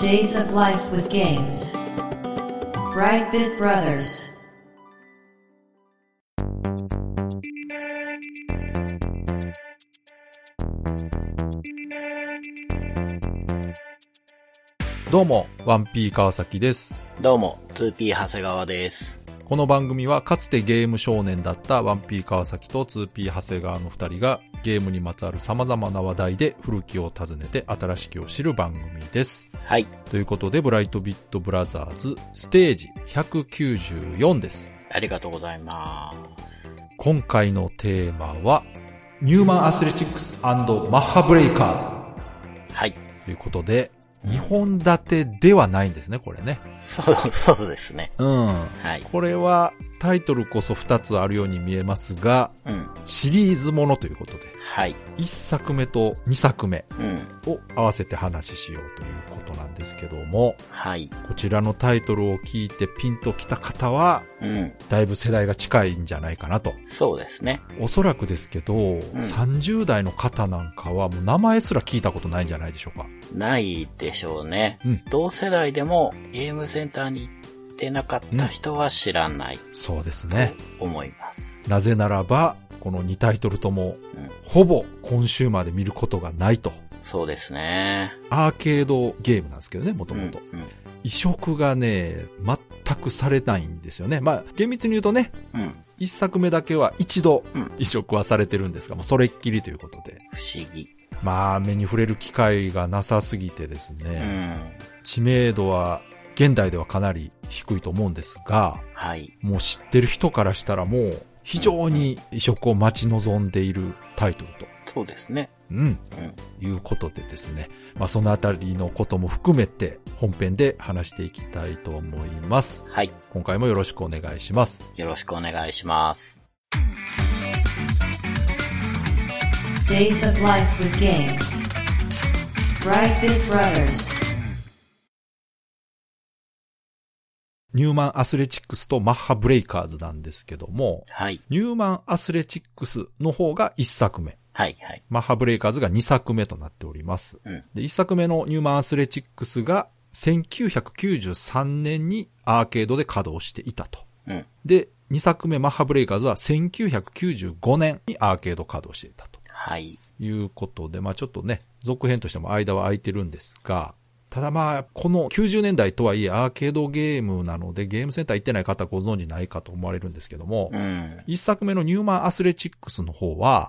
Days of Life with Games. Brightbit Brothers. どうも、1P 川崎です。 どうも、2P 長谷川です。 この番組はかつてゲーム少年だった 1P 川崎と 2P 長谷川の2人がゲームにまつわる様々な話題で古きを訪ねて新しきを知る番組です。 はい。 ということで、ブライトビットブラザーズステージ194です。 ありがとうございます。 今回のテーマは、ニューマンアスレチックス&マッハブレイカーズ。 はい。 ということで、2本立てではないんですね、これね。 そうですね。 うん。 はい。 これはタイトルこそ2つあるように見えますが、 うん、 シリーズものということで、 はい。 1作目と2作目を合わせて話しようということなんですけども、 はい。 こちらのタイトルを聞いてピンときた方は、だいぶ世代が近いんじゃないかなと。 そうですね。 おそらくですけど、30代の方なんかはもう名前すら聞いたことないんじゃないでしょうか。 ないでしょうね。同世代でもゲームセンターに行ってなかった人は知らない。 そうですね。 と思います。 なぜならば、この2タイトルとも、ほぼ今週まで見ることがないと。 そうですね。 アーケードゲームなんですけどね、もともと。移植がね、全くされないんですよね。まあ、厳密に言うとね、1作目だけは一度移植はされてるんですが、もうそれっきりということで。 不思議。 まあ、目に触れる機会がなさすぎてですね、知名度は現代ではかなり低いと思うんですが、 はい、 もう知ってる人からしたらもう非常に移植を待ち望んでいるタイトルと。 そうですね。 いうことでですね、まあそのあたりのことも含めて本編で話していきたいと思います。 はい。 今回もよろしくお願いします。 よろしくお願いします。 Days of Life with Games. Brightbit Brothers. ニューマンアスレチックスとマッハブレイカーズなんですけども、 はい、 ニューマンアスレチックスの方が1作目。 はいはい、 マッハブレイカーズが2作目となっております。で、1作目のニューマンアスレチックスが1993年にアーケードで稼働していたと。で、2作目マッハブレイカーズは1995年にアーケード稼働していたと。 はい。 いうことで、まあちょっとね、続編としても間は空いてるんですが、ただまあ、この90年代とはいえアーケードゲームなのでゲームセンター行ってない方ご存知ないかと思われるんですけども、1作目のニューマンアスレチックスの方は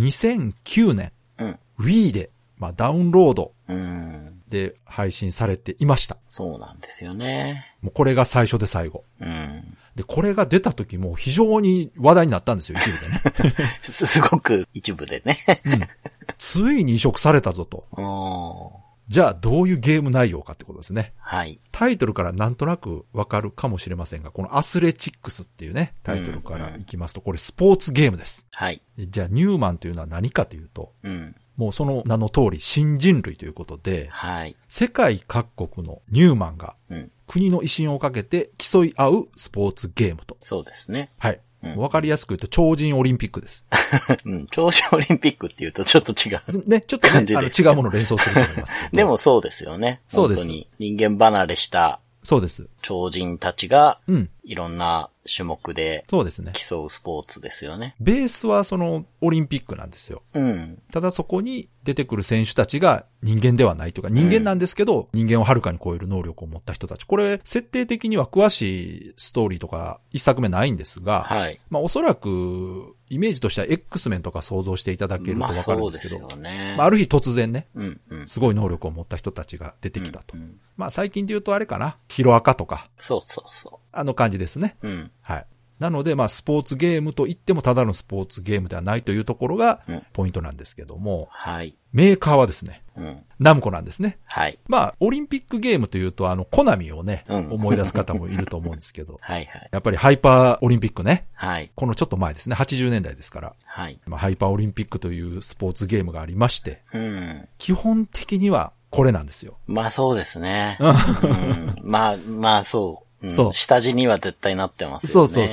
2009年、Wii で、まあ、ダウンロードで配信されていました。 そうなんですよね。 もうこれが最初で最後。で、これが出た時も非常に話題になったんですよ、一部でね。 すごく一部でね。 ついに移植されたぞと。じゃあどういうゲーム内容かってことですね。 はい。 タイトルからなんとなくわかるかもしれませんが、このアスレチックスっていうね、タイトルからいきますと、これスポーツゲームです。 はい。 じゃあニューマンというのは何かというと、もうその名の通り新人類ということで、 はい。 世界各国のニューマンが、国の威信をかけて競い合うスポーツゲームと。 そうですね。 はい。わかりやすく言うと超人オリンピックです。 超人オリンピックって言うとちょっと違う。 ね、ちょっとね、違うものを連想すると思いますけど。 でもそうですよね。 そうです。 本当に人間離れした。 そうです。 超人たちが、いろんな種目で、 そうですね。 競うスポーツですよね。 ベースはそのオリンピックなんですよ。ただそこに出てくる選手たちが人間ではないというか、人間なんですけど、人間をはるかに超える能力を持った人たち。これ、設定的には詳しいストーリーとか一作目ないんですが、 はい。 まあおそらく、イメージとしては X メンとか想像していただけるとわかるんですけど、 そうですよね。 まあある日突然ね、すごい能力を持った人たちが出てきたと。まあ最近で言うとあれかな、ヒロアカとか。 そうそうそう。 あの感じですね。はい。なので、まあ、スポーツゲームといってもただのスポーツゲームではないというところが、ポイントなんですけども、 はい。 メーカーはですね、ナムコなんですね。 はい。 まあ、オリンピックゲームというと、コナミをね、思い出す方もいると思うんですけど、 はいはい。 やっぱりハイパーオリンピックね。 はい。 このちょっと前ですね、80年代ですから。 はい。 まあ、ハイパーオリンピックというスポーツゲームがありまして、基本的にはこれなんですよ。 まあそうですね。まあそう。そう。下地には絶対なってますよね。 そうそうそう。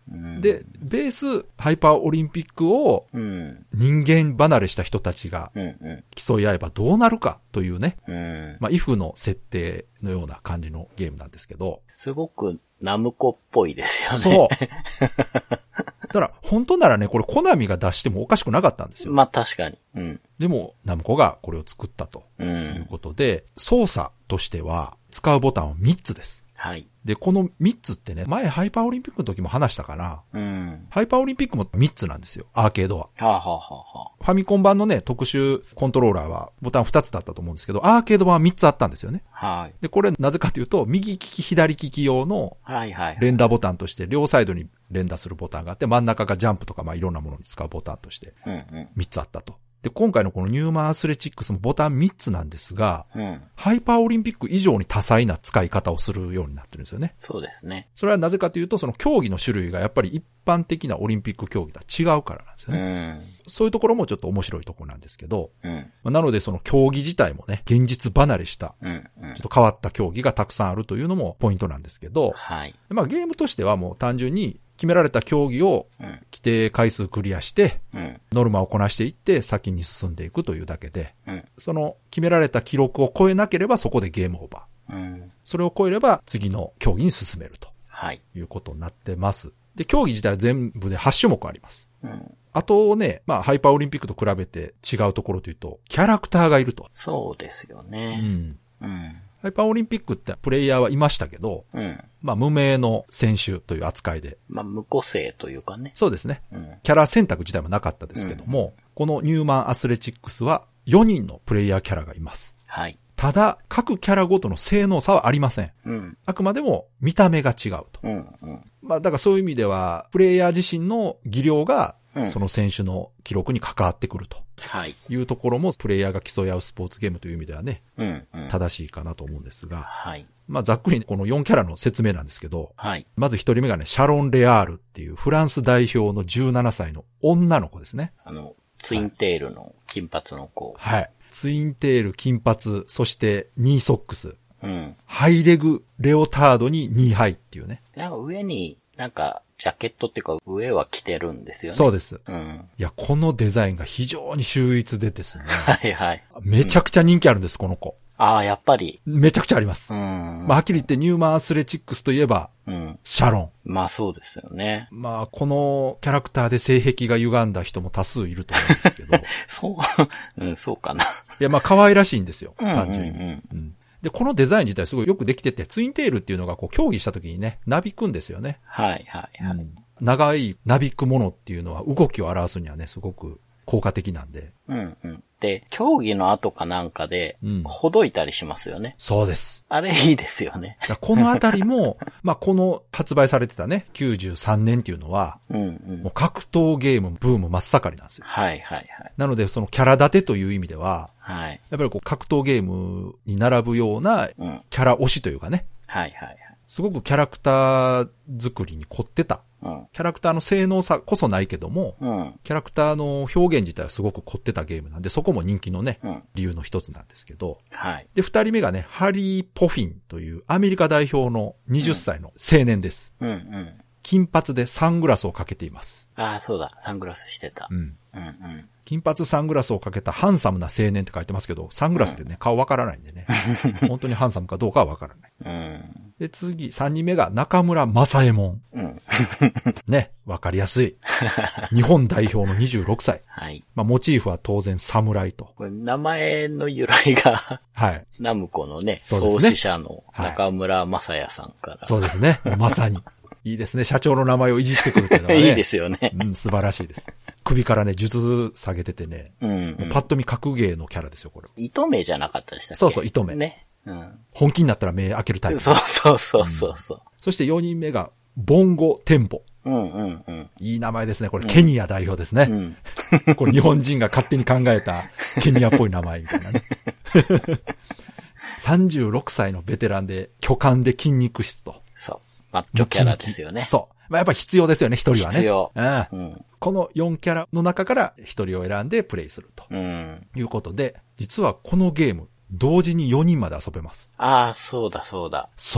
で、ベース、ハイパーオリンピックを、人間離れした人たちが、競い合えばどうなるかというね、まあ、イフの設定のような感じのゲームなんですけど。 すごくナムコっぽいですよね。 そう。だから、本当ならね、これコナミが出してもおかしくなかったんですよ。 まあ確かに。 でも、ナムコがこれを作ったということで、操作としては使うボタンは3つです。 はい。 で、この3つってね、前ハイパーオリンピックの時も話したかな。ハイパーオリンピックも3つなんですよ、アーケードは。ファミコン版のね、特殊コントローラーはボタン2つだったと思うんですけど、アーケード版は3つあったんですよね。 はい。 で、これなぜかというと、右利き、左利き用の連打ボタンとして両サイドに連打するボタンがあって、真ん中がジャンプとかまあいろんなものに使うボタンとして3つあったと。で、今回のこのニューマンアスレチックスもボタン3つなんですが、ハイパーオリンピック以上に多彩な使い方をするようになってるんですよね。 そうですね。それはなぜかというと、その競技の種類がやっぱり一般的なオリンピック競技とは違うからなんですよね。そういうところもちょっと面白いところなんですけど、なのでその競技自体もね、現実離れした、ちょっと変わった競技がたくさんあるというのもポイントなんですけど、まあゲームとしてはもう単純に決められた競技を規定回数クリアして、ノルマをこなしていって先に進んでいくというだけで、その決められた記録を超えなければそこでゲームオーバー。それを超えれば次の競技に進めるということになってます。で、競技自体は全部で8種目あります。あとね、まあハイパーオリンピックと比べて違うところというと、キャラクターがいると。 そうですよね。 ハイパーオリンピックってプレイヤーはいましたけど、まあ無名の選手という扱いで。 まあ無個性というかね。 そうですね。キャラ選択自体もなかったですけども、このニューマンアスレチックスは4人のプレイヤーキャラがいます。 はい。 ただ、各キャラごとの性能差はありません。あくまでも見た目が違うと。まあだからそういう意味では、プレイヤー自身の技量がその選手の記録に関わってくると。いうところもプレイヤーが競い合うスポーツゲームという意味ではね、正しいかなと思うんですが、まあざっくりこの4キャラの説明なんですけど、まず1人目がね、シャロン・レアールっていうフランス代表の17歳の女の子ですね。 ツインテールの金髪の子。 はい。ツインテール、金髪、そしてニーソックス。ハイレグ、レオタードにニーハイっていうね。 なんか上になんかジャケットっていうか上は着てるんですよね。 そうです。いや、このデザインが非常に秀逸でですね。めちゃくちゃ人気あるんです、この子。 ああ、やっぱり。 めちゃくちゃあります。まあ、はっきり言ってニューマンアスレチックスといえば、シャロン。 まあそうですよね。 まあ、このキャラクターで性癖が歪んだ人も多数いると思うんですけど。 そうかな。いや、まあ可愛らしいんですよ、単純に。で、このデザイン自体すごいよくできてて、ツインテールっていうのがこう競技した時にね、なびくんですよね。長いなびくものっていうのは動きを表すにはね、すごく効果的なんで。 で、競技の後かなんかで、ほどいたりしますよね。 そうです。 あれいいですよね。 このあたりも、まあ、この発売されてたね、93年っていうのは、もう格闘ゲームブーム真っ盛りなんですよ。なので、そのキャラ立てという意味では、やっぱりこう格闘ゲームに並ぶようなキャラ推しというかね。すごくキャラクター作りに凝ってた。キャラクターの性能差こそないけども、キャラクターの表現自体はすごく凝ってたゲームなんで、そこも人気のね、理由の一つなんですけど。で、二人目がね、ハリー・ポフィンというアメリカ代表の20歳の青年です。金髪でサングラスをかけています。 ああ、そうだ。サングラスしてた。 金髪サングラスをかけたハンサムな青年って書いてますけど、サングラスでね、顔わからないんでね。本当にハンサムかどうかはわからない。で、次、3人目が中村正右衛門。ね、わかりやすい。日本代表の26歳。まあ、モチーフは当然侍と。 これ名前の由来が、ナムコのね、創始者の中村正也さんから。 そうですね。まさに。いいですね。社長の名前をいじってくるっていうのはね。 いいですよね。 素晴らしいです。首からね、術下げててね。パッと見格ゲーのキャラですよ、これ。 糸目じゃなかったでしたっけ？ そうそう、糸目。 ね。 本気になったら目開けるタイプ。 そう。そして4人目が、ボンゴテンポ。いい名前ですね。これ、ケニア代表ですね。これ日本人が勝手に考えたケニアっぽい名前みたいなね。36歳のベテランで、巨漢で筋肉質と。 そう。マッチョキャラですよね。 そう。まあ、やっぱ必要ですよね、一人はね。 必要。 この4キャラの中から一人を選んでプレイすると。いうことで、実はこのゲーム、同時に4人まで遊べます。 ああ、そうだ。 そう。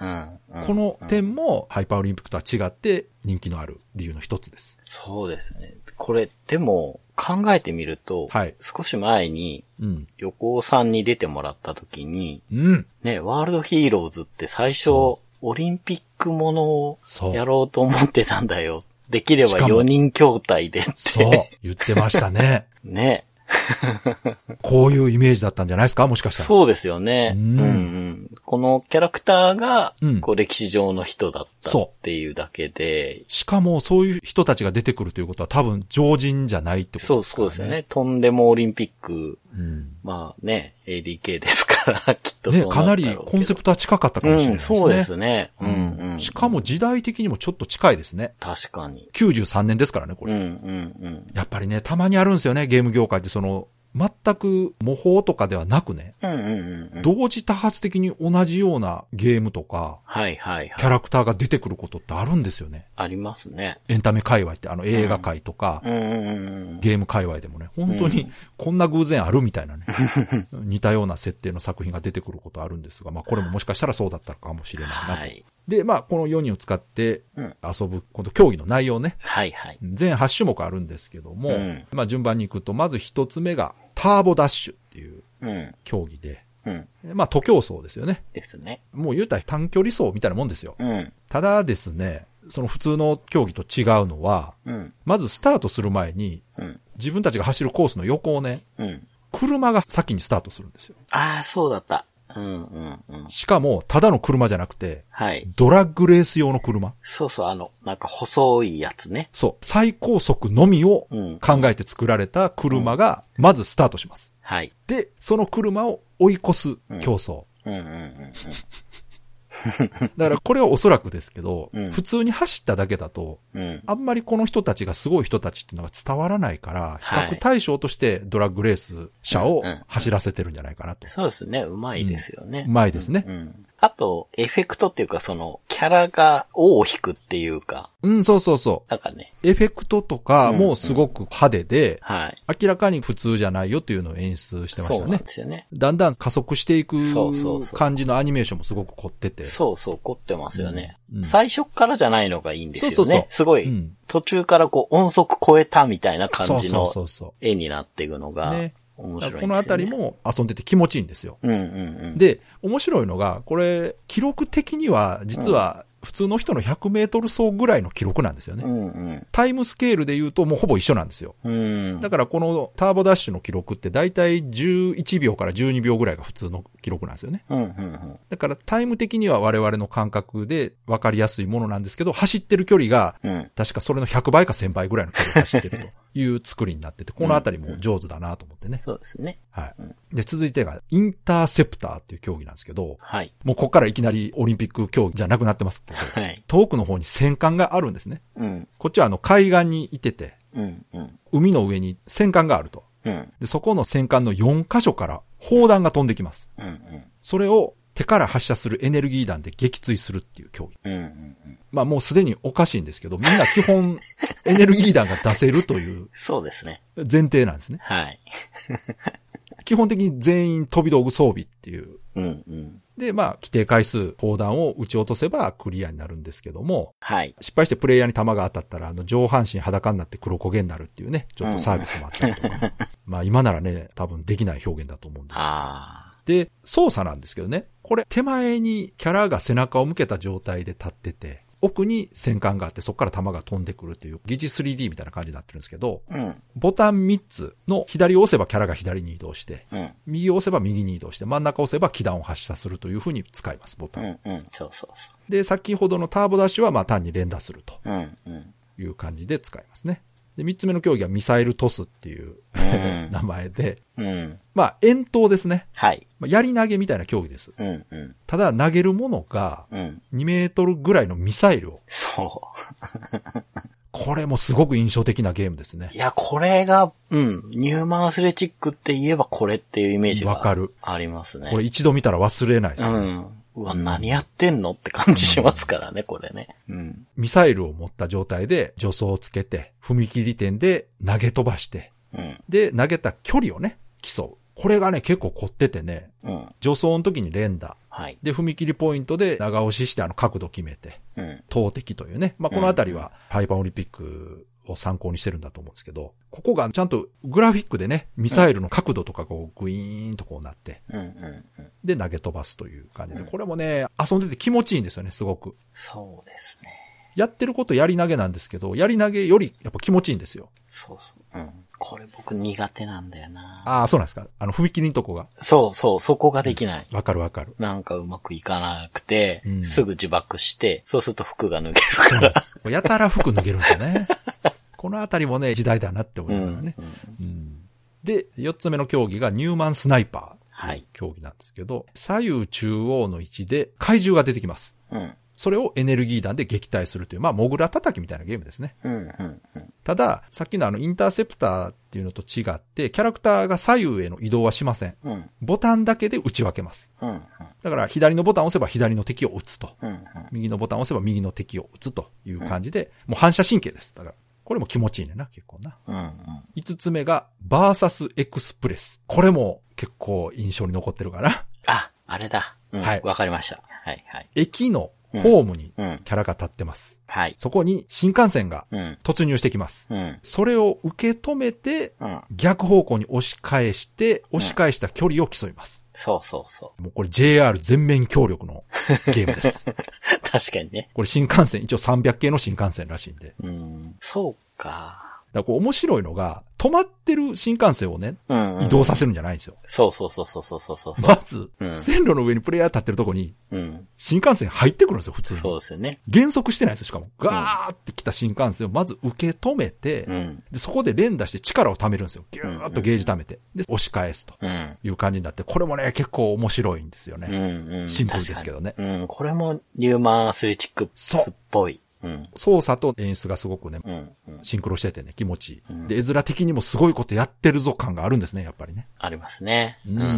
この点もハイパーオリンピックとは違って人気のある理由の一つです。 そうですね。これ、でも、考えてみると、 はい、 少し前に、横尾さんに出てもらった時に、ね、ワールドヒーローズって最初、オリンピックものをやろうと思ってたんだよ。できれば4人筐体でって。 そう、言ってましたね。 ね。 こういうイメージだったんじゃないですか、もしかしたら。 そうですよね。このキャラクターが、こう歴史上の人だったっていうだけで。 しかもそういう人たちが出てくるということは多分常人じゃないってことですからね。 そうですよね。とんでもオリンピック。まあね、ADK ですから、きっとそうなったろうけど。ね、 かなりコンセプトは近かったかもしれないですね。 そうですね。 しかも時代的にもちょっと近いですね。 確かに。 93年ですからね、これ。やっぱりね、たまにあるんですよね、ゲーム業界って全く模倣とかではなくね、同時多発的に同じようなゲームとか、キャラクターが出てくることってあるんですよね。 ありますね。 エンタメ界隈って映画界とか、ゲーム界隈でもね、本当にこんな偶然あるみたいなね、似たような設定の作品が出てくることあるんですが、まあこれももしかしたらそうだったかもしれないなと。で、まあ、この4人を使って遊ぶ、この競技の内容ね。全8種目あるんですけども、まあ、順番に行くと、まず1つ目が、ターボダッシュっていう競技で、まあ、徒競走ですよね。 ですね。 もう言うたら短距離走みたいなもんですよ。ただですね、その普通の競技と違うのは、まずスタートする前に、自分たちが走るコースの横をね、車が先にスタートするんですよ。 ああ、そうだった。 しかも、ただの車じゃなくて、ドラッグレース用の車。 そうそう、なんか細いやつね。 そう、最高速のみを考えて作られた車が、まずスタートします。で、その車を追い越す競争。だからこれはおそらくですけど、普通に走っただけだと、あんまりこの人たちがすごい人たちっていうのが伝わらないから、比較対象としてドラッグレース車を走らせてるんじゃないかなと。 そうですね。うまいですよね。 うまいですね。 あと、エフェクトっていうか、キャラが尾を引くっていうか。 そうそうそう。 なんかね。 エフェクトとかもすごく派手で、明らかに普通じゃないよっていうのを演出してましたね。そうなんですよね。だんだん加速していく感じのアニメーションもすごく凝ってて。 そうそう、凝ってますよね。最初からじゃないのがいいんですよね。そうそうそう。すごい、途中から音速超えたみたいな感じの絵になっていくのが。ね、面白いですね。 このあたりも遊んでて気持ちいいんですよ。で、面白いのが、これ、記録的には、実は、普通の人の100メートル走ぐらいの記録なんですよね。タイムスケールで言うともうほぼ一緒なんですよ。だからこのターボダッシュの記録ってだいたい11秒から12秒ぐらいが普通の記録なんですよね。だからタイム的には我々の感覚で分かりやすいものなんですけど、走ってる距離が、確かそれの100倍か1000倍ぐらいの距離を走ってるという作りになってて、このあたりも上手だなと思ってね。 そうですね。 で、続いてが、インターセプターっていう競技なんですけど、もうここからいきなりオリンピック競技じゃなくなってますけど、遠くの方に戦艦があるんですね。こっちは海岸にいてて、海の上に戦艦があると。で、そこの戦艦の4カ所から砲弾が飛んできます。それを手から発射するエネルギー弾で撃墜するっていう競技。まあもうすでにおかしいんですけど、みんな基本エネルギー弾が出せるというそうですね。 前提なんですね。基本的に全員飛び道具装備っていう。で、まあ、規定回数、砲弾を撃ち落とせばクリアになるんですけども、失敗してプレイヤーに弾が当たったら、上半身裸になって黒焦げになるっていうね、ちょっとサービスもあったりとか。まあ、今ならね、多分できない表現だと思うんですで、操作なんですけどね、これ手前にキャラが背中を向けた状態で立ってて、奥に戦艦があってそこから弾が飛んでくるという疑似 3D みたいな感じになってるんですけど、ボタン3つの左を押せばキャラが左に移動して、右を押せば右に移動して、真ん中を押せば気弾を発射するという風に使います、ボタン。で、先ほどのターボダッシュはまあ単に連打するという感じで使いますね。で、3つ目の競技はミサイルトスっていう名前で、まあ遠投ですね。まあ、槍投げみたいな競技です。ただ投げるものが2メートルぐらいのミサイルを。これもすごく印象的なゲームですね。 いや、これが、ニューマンアスレチックって言えばこれっていうイメージがありますね。 これ一度見たら忘れないですね。 うわ、何やってんのって感じしますからね、これね。 ミサイルを持った状態で助走をつけて、踏切点で投げ飛ばして、で、投げた距離をね、競う。これがね、結構凝っててね、助走の時に連打、 はい。 で、踏切ポイントで長押しして角度決めて、投擲というね。まあ、このあたりはハイパーオリンピックを参考にしてるんだと思うんですけど、ここがちゃんとグラフィックでね、ミサイルの角度とかこうグイーンとこうなって、で投げ飛ばすという感じで、これもね、遊んでて気持ちいいんですよね、すごく。 そうですね。 やってることやり投げなんですけど、やり投げよりやっぱ気持ちいいんですよ。 そうそう。うん。これ僕苦手なんだよな。 ああ、そうなんですか。踏切のとこが。 そうそう、そこができない。 わかるわかる。 なんかうまくいかなくて、すぐ自爆して、そうすると服が脱げるから。 やたら服脱げるんですよね。このあたりもね、時代だなって思いますね。で、4つ目の競技がニューマンスナイパーという競技なんですけど、左右中央の位置で怪獣が出てきます。それをエネルギー弾で撃退するという、まあ、モグラ叩きみたいなゲームですね。ただ、さっきのインターセプターっていうのと違って、キャラクターが左右への移動はしません。ボタンだけで打ち分けます。だから、左のボタンを押せば左の敵を撃つと。右のボタンを押せば右の敵を撃つという感じで、もう反射神経です。だから、これも気持ちいいねんな、結構な。5つ目が、バーサスエクスプレス。これも結構印象に残ってるかな。 あ、あれだ。はい。わかりました。はい、はい。 駅のホームにキャラが立ってます。 はい。 そこに新幹線が突入してきます。それを受け止めて、逆方向に押し返して、押し返した距離を競います。 そうそうそう。 もうこれ JR 全面協力のゲームです。 確かにね。 これ新幹線、一応300系の新幹線らしいんで。 そうか。 だからこう面白いのが、止まってる新幹線をね、移動させるんじゃないんですよ。 そうそうそうそうそうそう。 まず、線路の上にプレイヤー立ってるとこに、新幹線入ってくるんですよ、普通に。 そうですよね。 減速してないですよ、しかも。ガーって来た新幹線をまず受け止めて、でそこで連打して力を貯めるんですよ。ギューッとゲージ貯めて。で、押し返すという感じになって、これもね、結構面白いんですよね。シンプルですけどね。 これもニューマンアスレチックっぽい。 操作と演出がすごくね、シンクロしててね、気持ちいい。で、絵面的にもすごいことやってるぞ感があるんですね、やっぱりね。 ありますね。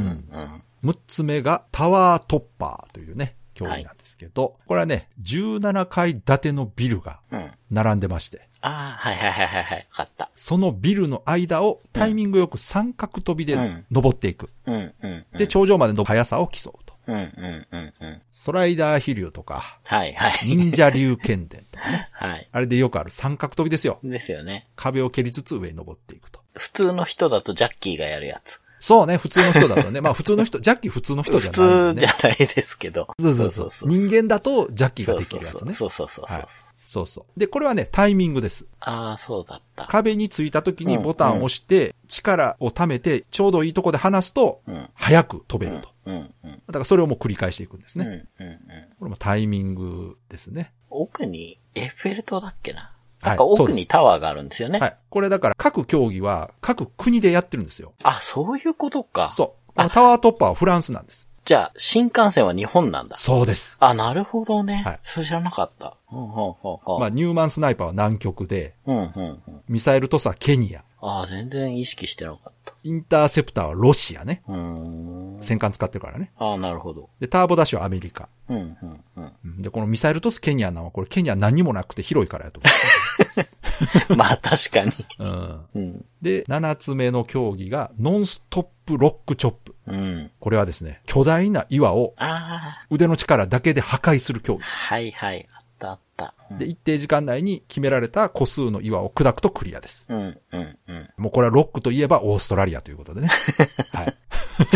6つ目がタワー突破というね、競技なんですけど、これはね、17階建てのビルが並んでまして。 ああ、はいはいはいはい、わかった。 そのビルの間をタイミングよく三角飛びで登っていく。で、頂上までの速さを競うと。スライダー飛竜とか、忍者竜剣伝とかね。あれでよくある三角飛びですよ。 ですよね。 壁を蹴りつつ上に登っていくと。 普通の人だとジャッキーがやるやつ。 そうね、普通の人だとね。まあ普通の人、ジャッキー普通の人じゃない、ね。 普通じゃないですけど。 そう。人間だとジャッキーができるやつね。 そう。 で、これはね、タイミングです。 ああ、そうだった。 壁についた時にボタンを押して、力を貯めて、ちょうどいいとこで離すと、早く飛べると。だからそれをもう繰り返していくんですね。これもタイミングですね。 奥にエッフェル塔だっけな。なんか奥にタワーがあるんですよね。 はい。これだから各競技は各国でやってるんですよ。 あ、そういうことか。 そう。このタワー突破はフランスなんです。 じゃあ、新幹線は日本なんだ。 そうです。 あ、なるほどね。はい。それ知らなかった。 まあ、ニューマンスナイパーは南極で、ミサイルトスはケニア。 ああ、全然意識してなかった。 インターセプターはロシアね。戦艦使ってるからね。 ああ、なるほど。 で、ターボダッシュはアメリカ。で、このミサイルトスケニアなのは、これケニア何にもなくて広いからやと思う。まあ、確かに。 で、7つ目の競技が、ノンストップロックチョップ。これはですね、巨大な岩を腕の力だけで破壊する競技。 はいはい。あった。 で、一定時間内に決められた個数の岩を砕くとクリアです。もうこれはロックといえばオーストラリアということでね。はい。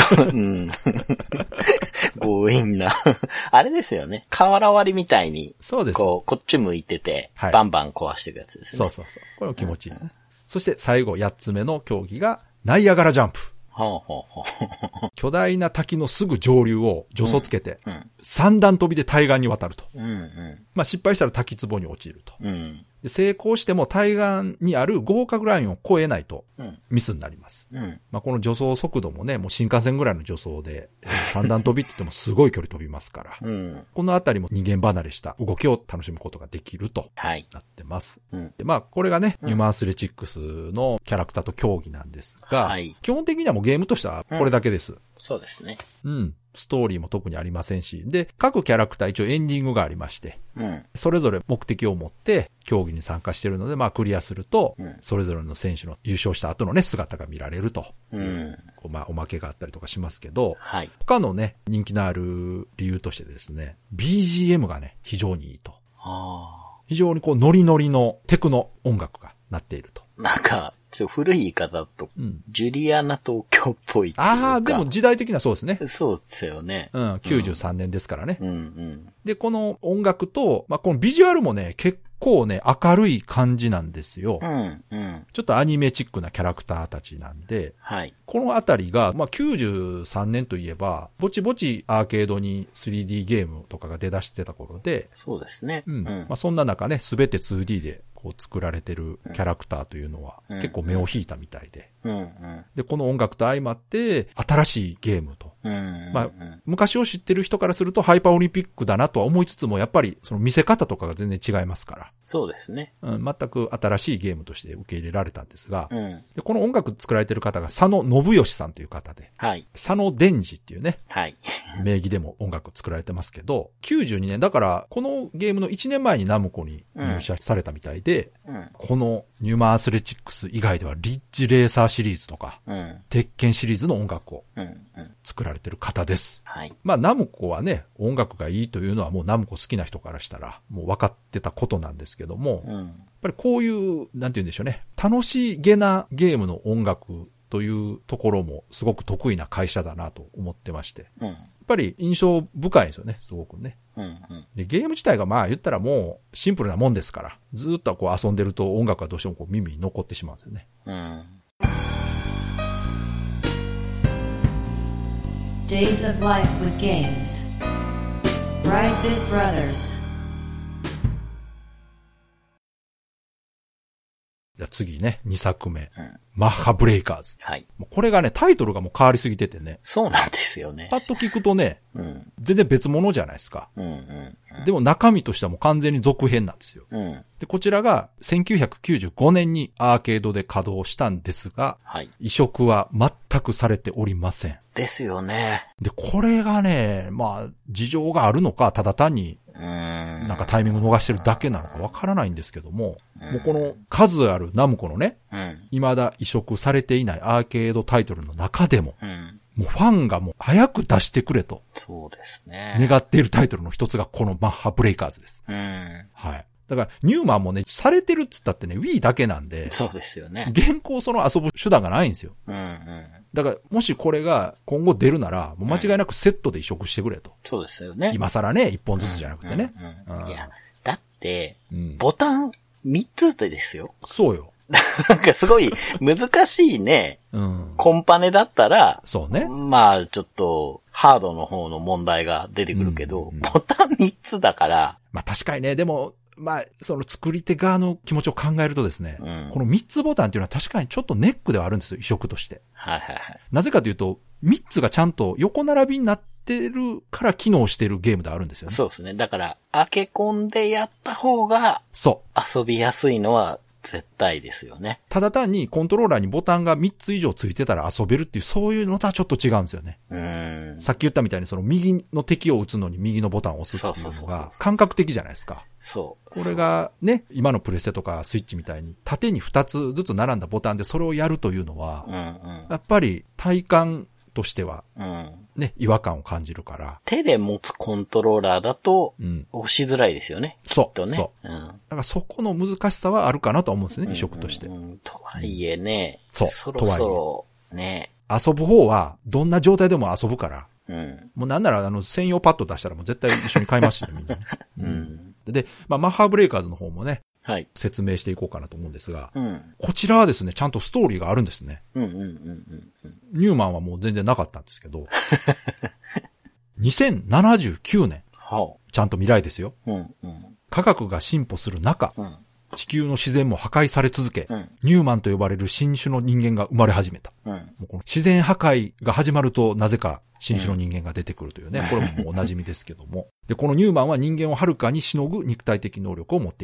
強引な。あれですよね。瓦割りみたいに。 そうです。 こっち向いてて、バンバン壊していくやつですね。 そう。これも気持ちいい、ね。そして最後8つ目の競技が、ナイアガラジャンプ。巨大な滝のすぐ上流を助走つけて、3段飛びで対岸に渡ると。まあ失敗したら滝壺に落ちると。で成功しても対岸にある合格ラインを超えないとミスになります。まあこの助走速度もね、もう新幹線ぐらいの助走で、3段飛びって言ってもすごい距離飛びますから、このあたりも人間離れした動きを楽しむことができるとなってます。でまあこれがね、ニューマンアスレチックスのキャラクターと競技なんですが、基本的にはもうゲームとしてはこれだけです。 そうですね。 ストーリーも特にありませんし、で、各キャラクター一応エンディングがありまして、それぞれ目的を持って競技に参加しているので、まあクリアすると、それぞれの選手の優勝した後のね、姿が見られると。まあおまけがあったりとかしますけど、他のね、人気のある理由としてですね、BGM がね、非常にいいと。非常にこうノリノリのテクノ音楽がなっていると。 なんか、古い言い方だと、ジュリアナ東京っぽいっていうか。 でも時代的にはそうですね。 そうですよね。 93年ですからね。で、この音楽と、まあ、このビジュアルもね、結構ね、明るい感じなんですよ。ちょっとアニメチックなキャラクターたちなんで、このあたりが、まあ、93年といえば、ぼちぼちアーケードに 3D ゲームとかが出だしてた頃で、 そうですね。 まあ、そんな中ね、すべて 2D で、こう作られてるキャラクターというのは結構目を引いたみたいで。で、この音楽と相まって新しいゲームと。まあ、昔を知ってる人からするとハイパーオリンピックだなとは思いつつも、やっぱりその見せ方とかが全然違いますから。 そうですね。 全く新しいゲームとして受け入れられたんですが、でこの音楽作られてる方が佐野信義さんという方で、佐野伝次っていうね、名義でも音楽作られてますけど、92年、だからこのゲームの1年前にナムコに入社されたみたいで、このニューマンアスレチックス以外ではリッジレーサーシリーズとか、鉄拳シリーズの音楽を作られてる方です。まあナムコはね、音楽がいいというのはもうナムコ好きな人からしたらもう分かってたことなんですけども、やっぱりこういう、なんて言うんでしょうね、楽しげなゲームの音楽というところもすごく得意な会社だなと思ってまして、やっぱり印象深いですよね、すごくね。でゲーム自体がまあ言ったらもうシンプルなもんですから、ずっとこう遊んでると音楽がどうしてもこう耳に残ってしまうんですよね。 Days of Life with Games Brightbit Brothers。 じゃあ次ね、2作目。マッハブレイカーズ。もうこれがね、タイトルがもう変わりすぎててね。 そうなんですよね。 パッと聞くとね、全然別物じゃないですか。でも中身としてはもう完全に続編なんですよ。で、こちらが1995年にアーケードで稼働したんですが、移植は全くされておりません。 ですよね。 で、これがね、まあ、事情があるのか、ただ単に、なんかタイミング逃してるだけなのかわからないんですけども、もうこの数あるナムコのね、未だ移植されていないアーケードタイトルの中でも、もうファンがもう早く出してくれと。 そうですね。 願っているタイトルの一つがこのマッハブレイカーズです。はい。だから、ニューマンもね、されてるっつったってね、Wii だけなんで。 そうですよね。 現行その遊ぶ手段がないんですよ。だから、もしこれが今後出るなら、もう間違いなくセットで移植してくれと。 そうですよね。 今更ね、一本ずつじゃなくてね。 いや、だって、ボタン3つでですよ。 そうよ。 なんかすごい難しいね、コンパネだったら、 そうね。 まあちょっとハードの方の問題が出てくるけど、ボタン3つだから。 まあ確かにね、でも、まあ、その作り手側の気持ちを考えるとですね、この3つボタンっていうのは確かにちょっとネックではあるんですよ、移植として。なぜかというと、3つがちゃんと横並びになってるから機能してるゲームであるんですよね。 そうですね。だから、開け込んでやった方が、遊びやすいのは絶対ですよね。 ただ単にコントローラーにボタンが3つ以上ついてたら遊べるっていう、そういうのとはちょっと違うんですよね。さっき言ったみたいにその右の敵を撃つのに右のボタンを押すっていうのが感覚的じゃないですか。これがね、今のプレステとかスイッチみたいに縦に2つずつ並んだボタンでそれをやるというのは、やっぱり体感としては、ね、違和感を感じるから。 手で持つコントローラーだと、押しづらいですよね。 そう。だからそこの難しさはあるかなと思うんですね、移植として。 とはいえね、 そろそろね。 遊ぶ方は、どんな状態でも遊ぶから。もうなんなら、専用パッド出したらもう絶対一緒に買いますしね、みんなね。で、まあ、マッハブレイカーズの方もね、説明していこうかなと思うんですが、こちらはですね、ちゃんとストーリーがあるんですね。ニューマンはもう全然なかったんですけど、2079年、ちゃんと未来ですよ。科学が進歩する中、地球の自然も破壊され続け、ニューマンと呼ばれる新種の人間が生まれ始めた。もうこの自然破壊が始まると、なぜか新種の人間が出てくるというね、これももうお馴染みですけども。で、このニューマンは人間をはるかにしのぐ肉体的能力を持っていた。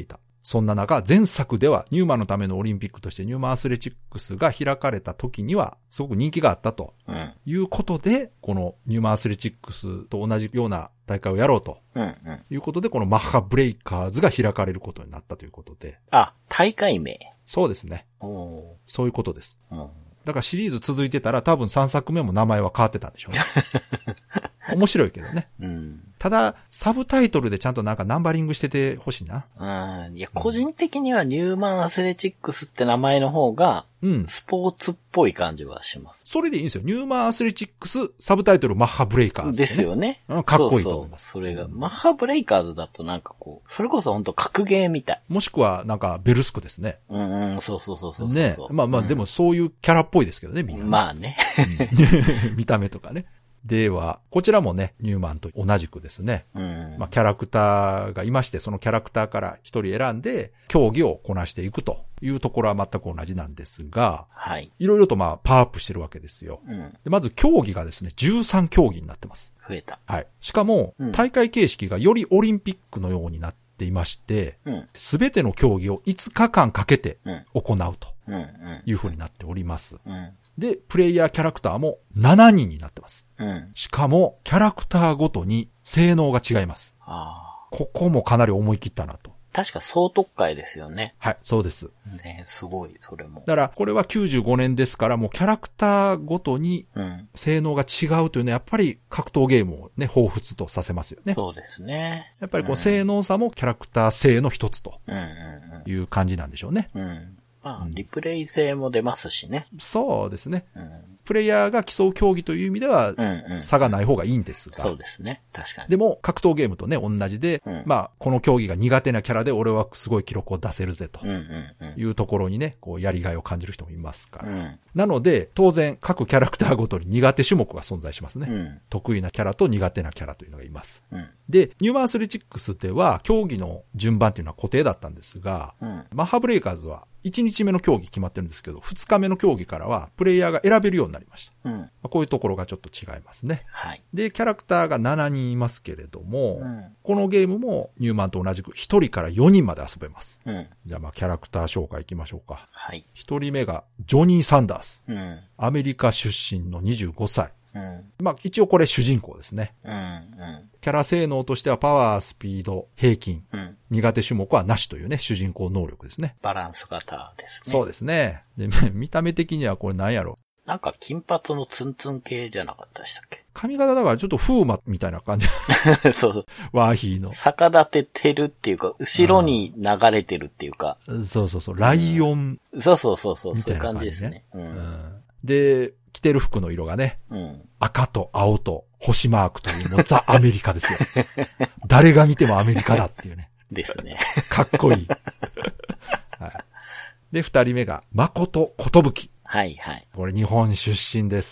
そんな中、前作ではニューマンのためのオリンピックとしてニューマンアスレチックスが開かれた時には、すごく人気があったと。いうことで、このニューマンアスレチックスと同じような大会をやろうと。いうことで、このマッハブレイカーズが開かれることになったということで。 あ、大会名。 そうですね。そういうことです。だからシリーズ続いてたら多分3作目も名前は変わってたんでしょうね。面白いけどね。ただ、サブタイトルでちゃんとなんかナンバリングしててほしいな。 いや、個人的にはニューマンアスレチックスって名前の方が、スポーツっぽい感じはします。 それでいいんですよ。ニューマンアスレチックス、サブタイトルマッハブレイカーズ、 ですよね。 かっこいいと思います。 それが、マッハブレイカーズだとなんかこう、それこそ本当格ゲーみたい。 もしくはなんかベルスクですね。 そう。 ね。まあ、でもそういうキャラっぽいですけどね、みんな。 まあね。 見た目とかね。では、こちらもね、ニューマンと同じくですね。まあ、キャラクターがいまして、そのキャラクターから一人選んで、競技をこなしていくというところは全く同じなんですが、いろいろとまあ、パワーアップしてるわけですよ。でまず、競技がですね、13競技になってます。 増えた。 はい。しかも、大会形式がよりオリンピックのようになっていまして、すべての競技を5日間かけて行うというふうになっております。で、プレイヤーキャラクターも7人になってます。しかも、キャラクターごとに性能が違います。ここもかなり思い切ったなと。 確か総特会ですよね。 はい、そうです。 ね、すごい、それも。 だから、これは95年ですから、もうキャラクターごとに性能が違うというのは、やっぱり格闘ゲームをね、彷彿とさせますよね。 そうですね。 やっぱりこう、性能差もキャラクター性の一つという感じなんでしょうね。 まあ、リプレイ性も出ますしね。 そうですね。プレイヤーが競う競技という意味では、差がない方がいいんですが。 そうですね。確かに。 でも、格闘ゲームとね、同じで、まあ、この競技が苦手なキャラで俺はすごい記録を出せるぜというところにね、こう、やりがいを感じる人もいますから。なので、当然、各キャラクターごとに苦手種目が存在しますね。得意なキャラと苦手なキャラというのがいます。で、ニューマンアスレチックスでは、競技の順番というのは固定だったんですが、マッハブレイカーズは、1日目の競技決まってるんですけど、2日目の競技からはプレイヤーが選べるようになりました。こういうところがちょっと違いますね。で、キャラクターが7人いますけれども、このゲームもニューマンと同じく1人から4人まで遊べます。じゃあまあキャラクター紹介いきましょうか。1人目がジョニー・サンダース。アメリカ出身の25歳。まあ一応これ主人公ですね。キャラ性能としてはパワー、スピード、平均、苦手種目はなしというね、主人公能力ですね。 バランス型ですね。 そうですね。で、見た目的にはこれ何やろ。 なんか金髪のツンツン系じゃなかったでしたっけ？ 髪型だからちょっと風磨みたいな感じ。 そう。 ワーヒーの。 逆立ててるっていうか、後ろに流れてるっていうか。 そうそうそう、ライオン。 そう。そういう感じですね。 で、着てる服の色がね、赤と青と星マークというもうザ・アメリカですよ。誰が見てもアメリカだっていうね。 ですね。 かっこいい。はい、で、二人目が、誠ことぶき。これ日本出身です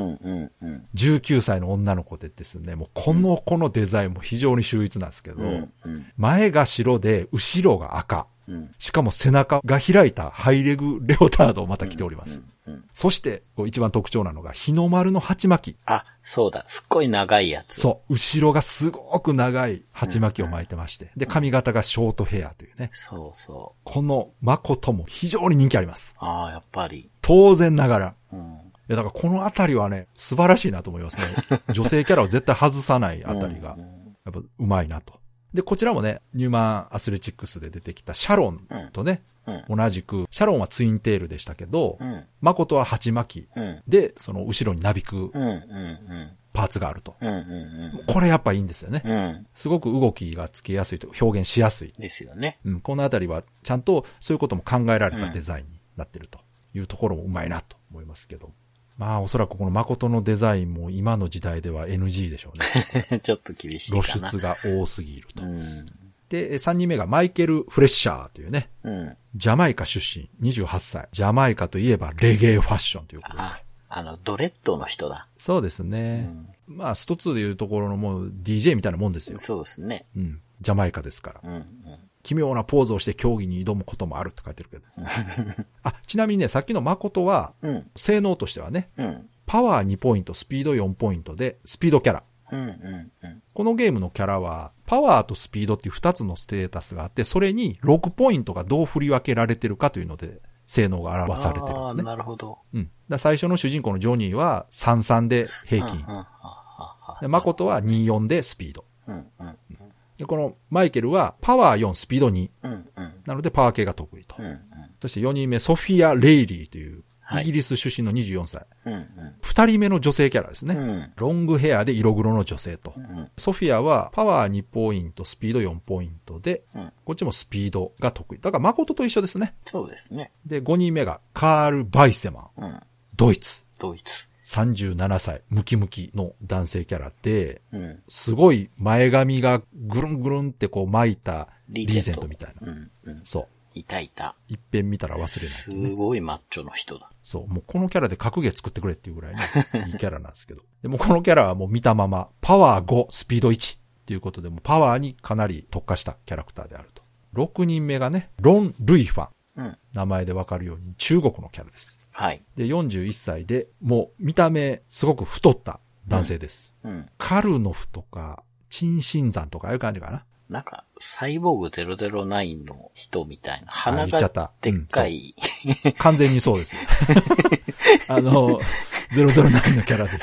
。19歳の女の子でですね、もうこの子のデザインも非常に秀逸なんですけど、前が白で後ろが赤。しかも背中が開いたハイレグレオタードをまた着ております。そして、一番特徴なのが日の丸の鉢巻き。 あ、そうだ。すっごい長いやつ。 そう。後ろがすごく長い鉢巻きを巻いてまして。で、髪型がショートヘアというね。 そう。 この誠も非常に人気あります。 ああ、やっぱり。 当然ながら。いや、だからこのあたりはね、素晴らしいなと思いますね。女性キャラを絶対外さないあたりが、やっぱうまいなと。で、こちらもね、ニューマンアスレチックスで出てきたシャロンとね、同じく、シャロンはツインテールでしたけど、誠は鉢巻き、で、その後ろになびく、パーツがあると。これやっぱいいんですよね。すごく動きがつけやすいと、表現しやすい。 ですよね。 このあたりはちゃんとそういうことも考えられたデザインになってるというところもうまいなと思いますけど。まあおそらくこの誠のデザインも今の時代では NG でしょうね。 ちょっと厳しいかな。 露出が多すぎると。で、3人目がマイケル・フレッシャーというね、ジャマイカ出身、28歳。ジャマイカといえばレゲエファッションということで。 ドレッドの人だ。 そうですね。まあ、スト2でいうところのもう DJ みたいなもんですよ。 そうですね。 ジャマイカですから。奇妙なポーズをして競技に挑むこともあるって書いてるけど。ちなみにね、さっきの誠は、性能としてはね、パワー2ポイント、スピード4ポイントで、スピードキャラ。 このゲームのキャラは、パワーとスピードっていう2つのステータスがあって、それに6ポイントがどう振り分けられてるかというので、性能が表されてるんですね。 なるほど。 だ最初の主人公のジョニーは33で平均。で誠は24でスピード。でこのマイケルはパワー4、スピード2。なのでパワー系が得意と。そして4人目、ソフィア・レイリーという、イギリス出身の24歳。2人目の女性キャラですね。ロングヘアで色黒の女性と。ソフィアはパワー2ポイント、スピード4ポイントで、こっちもスピードが得意。だから誠と一緒ですね。 そうですね。 で、5人目がカール・バイセマン。ドイツ。37歳、ムキムキの男性キャラで、すごい前髪がぐるんぐるんってこう巻いたリーゼントみたいな。そう。 いた。 一遍見たら忘れない、 ね。すごいマッチョの人だ。 そう。もうこのキャラで格ゲー作ってくれっていうぐらいね、いいキャラなんですけど。でもこのキャラはもう見たまま、パワー5、スピード1っていうことで、もパワーにかなり特化したキャラクターであると。6人目がね、ロン・ルイファン。名前でわかるように中国のキャラです。 はい。 で、41歳で、もう見た目すごく太った男性です。カルノフとか、チンシンザンとかああいう感じかな。 なんか、サイボーグ009の人みたいな。鼻がでっかい。 完全にそうです。009のキャラです。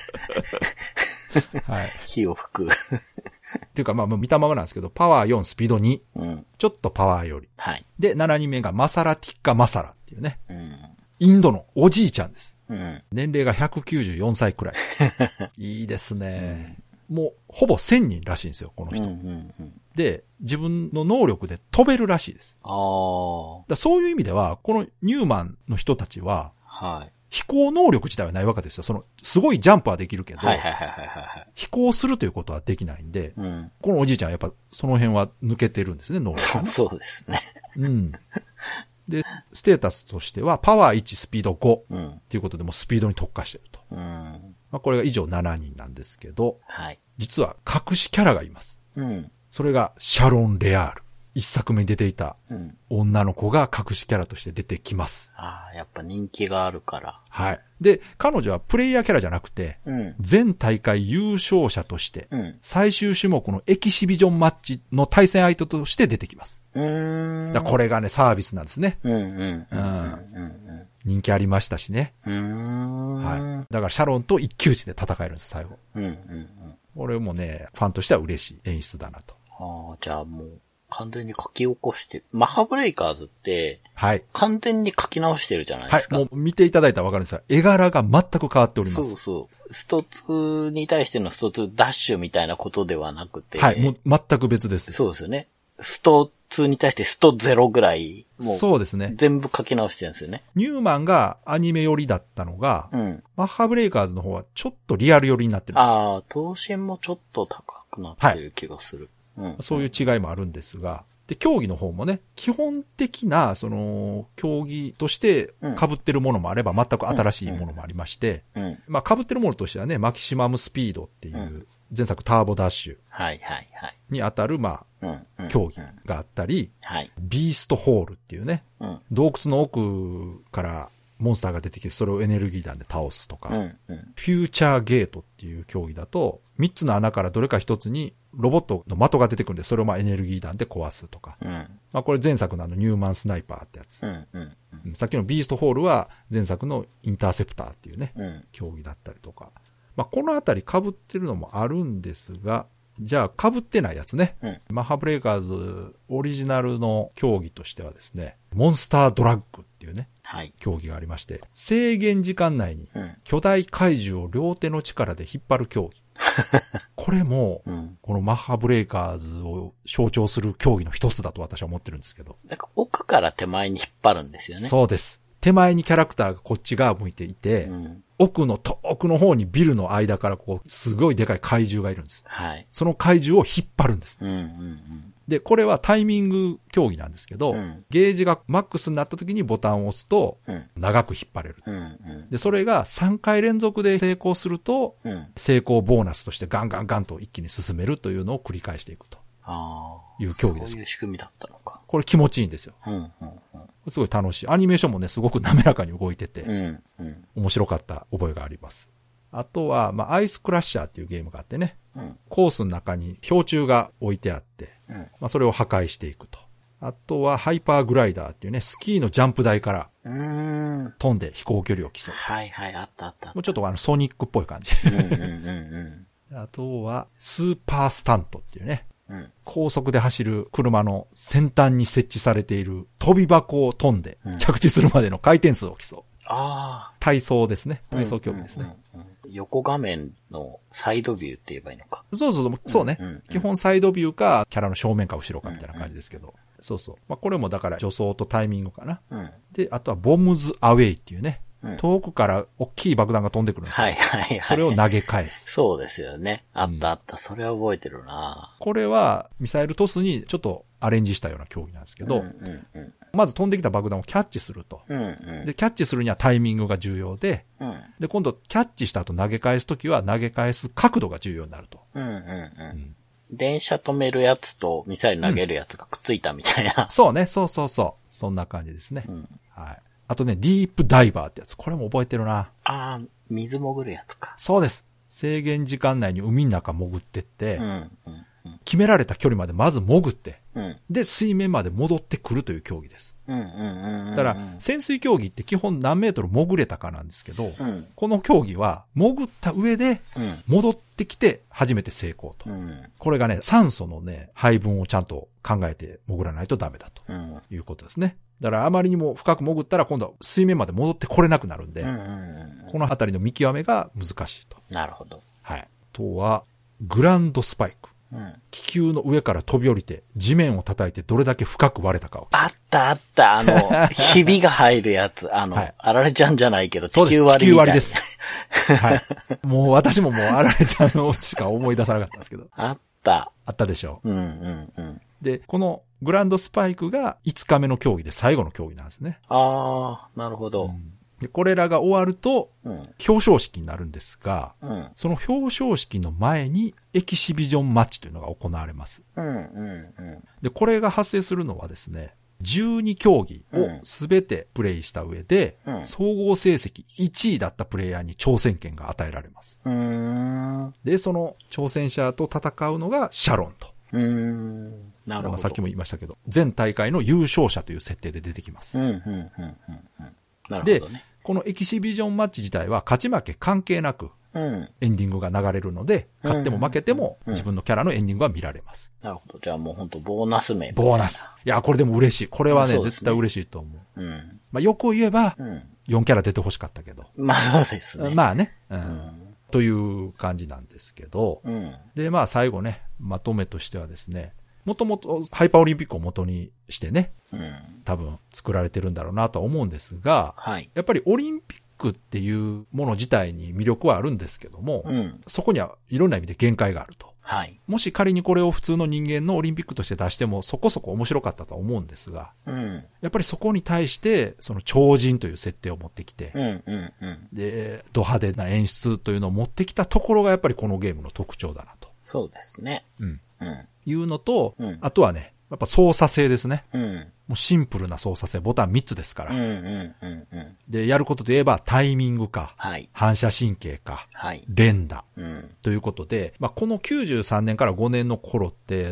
はい。 火を吹く。 っていうか、まあ、見たままなんですけど、パワー4、スピード2。ちょっとパワーより。 はい。 で、7人目がマサラティッカ・マサラっていうね。インドのおじいちゃんです。年齢が194歳くらい。いいですね。もう、ほぼ1000人らしいんですよ、この人。で、自分の能力で飛べるらしいです。そういう意味では、このニューマンの人たちは、飛行能力自体はないわけですよ。すごいジャンプはできるけど、飛行するということはできないんで、このおじいちゃんはやっぱその辺は抜けてるんですね、能力、ね。 そうですね。 で、ステータスとしては、パワー1、スピード5っていうことでもスピードに特化してると。これが以上7人なんですけど、実は隠しキャラがいます。それがシャロン・レアール。一作目に出ていた女の子が隠しキャラとして出てきます。 やっぱ人気があるから。 はい。で、彼女はプレイヤーキャラじゃなくて、全大会優勝者として、最終種目のエキシビジョンマッチの対戦相手として出てきます。これがね、サービスなんですね。人気ありましたしね。はい。だからシャロンと一騎打ちで戦えるんです、最後。これもね、ファンとしては嬉しい演出だなと。 じゃあもう、完全に書き起こしてる。マハブレイカーズって、 はい。 完全に書き直してるじゃないですか。 はい。もう見ていただいたらわかるんですが、絵柄が全く変わっております。 そうそう。スト2に対してのスト2ダッシュみたいなことではなくて。 はい。もう全く別です。 そうですよね。スト2に対してスト0ぐらい、もう。 そうですね。 全部書き直してるんですよね。 ニューマンがアニメ寄りだったのが、マッハブレイカーズの方はちょっとリアル寄りになってるんです。 頭身もちょっと高くなってる気がする。 そういう違いもあるんですが、で、競技の方もね、基本的な、競技として被ってるものもあれば、全く新しいものもありまして、まあ、被ってるものとしてはね、マキシマムスピードっていう、前作ターボダッシュに当たる、まあ、競技があったり、ビーストホールっていうね、洞窟の奥からモンスターが出てきて、それをエネルギー弾で倒すとか、フューチャーゲートっていう競技だと、3つの穴からどれか1つにロボットの的が出てくるんで、それをまあエネルギー弾で壊すとか。まあこれ前作のニューマンスナイパーってやつ。さっきのビーストホールは前作のインターセプターっていうね、競技だったりとか。まあこのあたり被ってるのもあるんですが、じゃあ被ってないやつね。マッハブレイカーズオリジナルの競技としてはですね、モンスタードラッグっていうね、競技がありまして、制限時間内に巨大怪獣を両手の力で引っ張る競技。これも、このマッハブレイカーズを象徴する競技の一つだと私は思ってるんですけど。 なんか奥から手前に引っ張るんですよね。 そうです。手前にキャラクターがこっち側向いていて、奥の遠くの方にビルの間からこう、すごいでかい怪獣がいるんです。その怪獣を引っ張るんです。で、これはタイミング競技なんですけど、ゲージがマックスになった時にボタンを押すと、長く引っ張れる。で、それが3回連続で成功すると、成功ボーナスとしてガンガンガンと一気に進めるというのを繰り返していくと。いう競技です。 そういう仕組みだったのか。 これ気持ちいいんですよ。すごい楽しい。アニメーションもね、すごく滑らかに動いてて、面白かった覚えがあります。 あとは、まあ、アイスクラッシャーっていうゲームがあってね。コースの中に氷柱が置いてあって、まあ、それを破壊していくと。あとは、ハイパーグライダーっていうね、スキーのジャンプ台から飛んで飛行距離を競う。 はいはい、あったあった。 もうちょっとソニックっぽい感じ。あとは、スーパースタントっていうね、高速で走る車の先端に設置されている飛び箱を飛んで着地するまでの回転数を競う。体操ですね。体操競技ですね。 横画面のサイドビューって言えばいいのか。 そうね。基本サイドビューか、キャラの正面か後ろかみたいな感じですけど。そうそう。まあ、これもだから助走とタイミングかな。で、あとはボムズアウェイっていうね。遠くから大きい爆弾が飛んでくるんですよ。それを投げ返す。 そうですよね。あったあった。それは覚えてるな。 これはミサイルトスにちょっとアレンジしたような競技なんですけど、まず飛んできた爆弾をキャッチすると。で、キャッチするにはタイミングが重要で、で、今度キャッチした後投げ返すときは投げ返す角度が重要になると。 電車止めるやつとミサイル投げるやつがくっついたみたいな。 そうね。そう。そんな感じですね。はい。あとね、ディープダイバーってやつ。これも覚えてるな。 水潜るやつか。 そうです。制限時間内に海の中潜ってって、決められた距離までまず潜って、で、水面まで戻ってくるという競技です。だから、潜水競技って基本何メートル潜れたかなんですけど、この競技は潜った上で、戻ってきて初めて成功と。これがね、酸素のね、配分をちゃんと考えて潜らないとダメだということですね。だからあまりにも深く潜ったら今度は水面まで戻ってこれなくなるんで、このあたりの見極めが難しいと。 なるほど。 はい。あとは、グランドスパイク。気球の上から飛び降りて、地面を叩いてどれだけ深く割れたかを。 あった。ひびが入るやつ。あられちゃんじゃないけど、地球割りみたいな。 地球割りです。はい。もう私もあられちゃんのしか思い出さなかったんですけど。 あったでしょ。で、このグランドスパイクが5日目の競技で最後の競技なんですね。 なるほど。 でこれらが終わると、表彰式になるんですが、その表彰式の前にエキシビジョンマッチというのが行われます。で、これが発生するのはですね、12競技をすべてプレイした上で、総合成績1位だったプレイヤーに挑戦権が与えられます。で、その挑戦者と戦うのがシャロンと。 なるほど。 さっきも言いましたけど、全大会の優勝者という設定で出てきます。 なるほどね。 で、このエキシビジョンマッチ自体は勝ち負け関係なく、エンディングが流れるので、勝っても負けても自分のキャラのエンディングは見られます。 なるほど。じゃあもう本当ボーナス面。 ボーナス。いや、これでも嬉しい。これはね、絶対嬉しいと思う。まあ、よく言えば、4キャラ出て欲しかったけど。 まあそうですね。 まあね。という感じなんですけど。で、まあ最後ね、まとめとしてはですね、もともとハイパーオリンピックを元にしてね、多分作られてるんだろうなとは思うんですが、やっぱりオリンピックっていうもの自体に魅力はあるんですけども、そこにはいろんな意味で限界があると。もし仮にこれを普通の人間のオリンピックとして出してもそこそこ面白かったとは思うんですが、やっぱりそこに対してその超人という設定を持ってきて、で、ド派手な演出というのを持ってきたところがやっぱりこのゲームの特徴だなと。 そうですね。 いうのと、あとはね、やっぱ操作性ですね。もうシンプルな操作性、ボタン3つですから。で、やることで言えばタイミングか、反射神経か、連打、ということで、まあ、この93年から5年の頃って、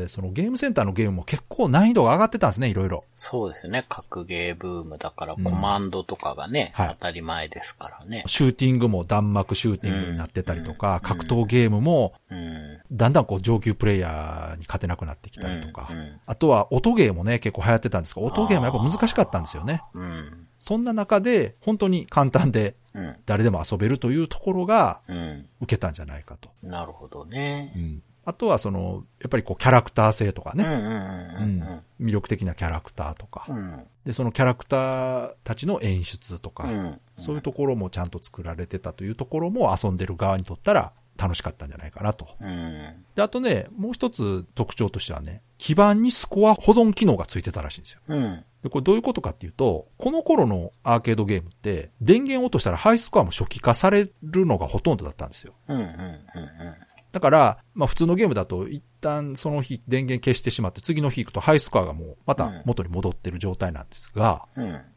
そのゲームセンターのゲームも結構難易度が上がってたんですね、いろいろ。 そうですね。格ゲーブームだからコマンドとかがね、当たり前ですからね。 シューティングも弾幕シューティングになってたりとか、格闘ゲームも、だんだんこう上級プレイヤーに勝てなくなってきたりとか、あとは音ゲーもね、結構流行ってたんですけど、音ゲームやっぱ難しかったんですよね。そんな中で、本当に簡単で、誰でも遊べるというところが、受けたんじゃないかと。 なるほどね。 あとはやっぱりこうキャラクター性とかね。魅力的なキャラクターとか。で、そのキャラクターたちの演出とか、そういうところもちゃんと作られてたというところも遊んでる側にとったら楽しかったんじゃないかなと。で、あとね、もう一つ特徴としてはね、基板にスコア保存機能がついてたらしいんですよ。で、これどういうことかっていうと、この頃のアーケードゲームって、電源を落としたらハイスコアも初期化されるのがほとんどだったんですよ。だから、まあ普通のゲームだと一旦その日電源消してしまって次の日行くとハイスコアがもうまた元に戻ってる状態なんですが、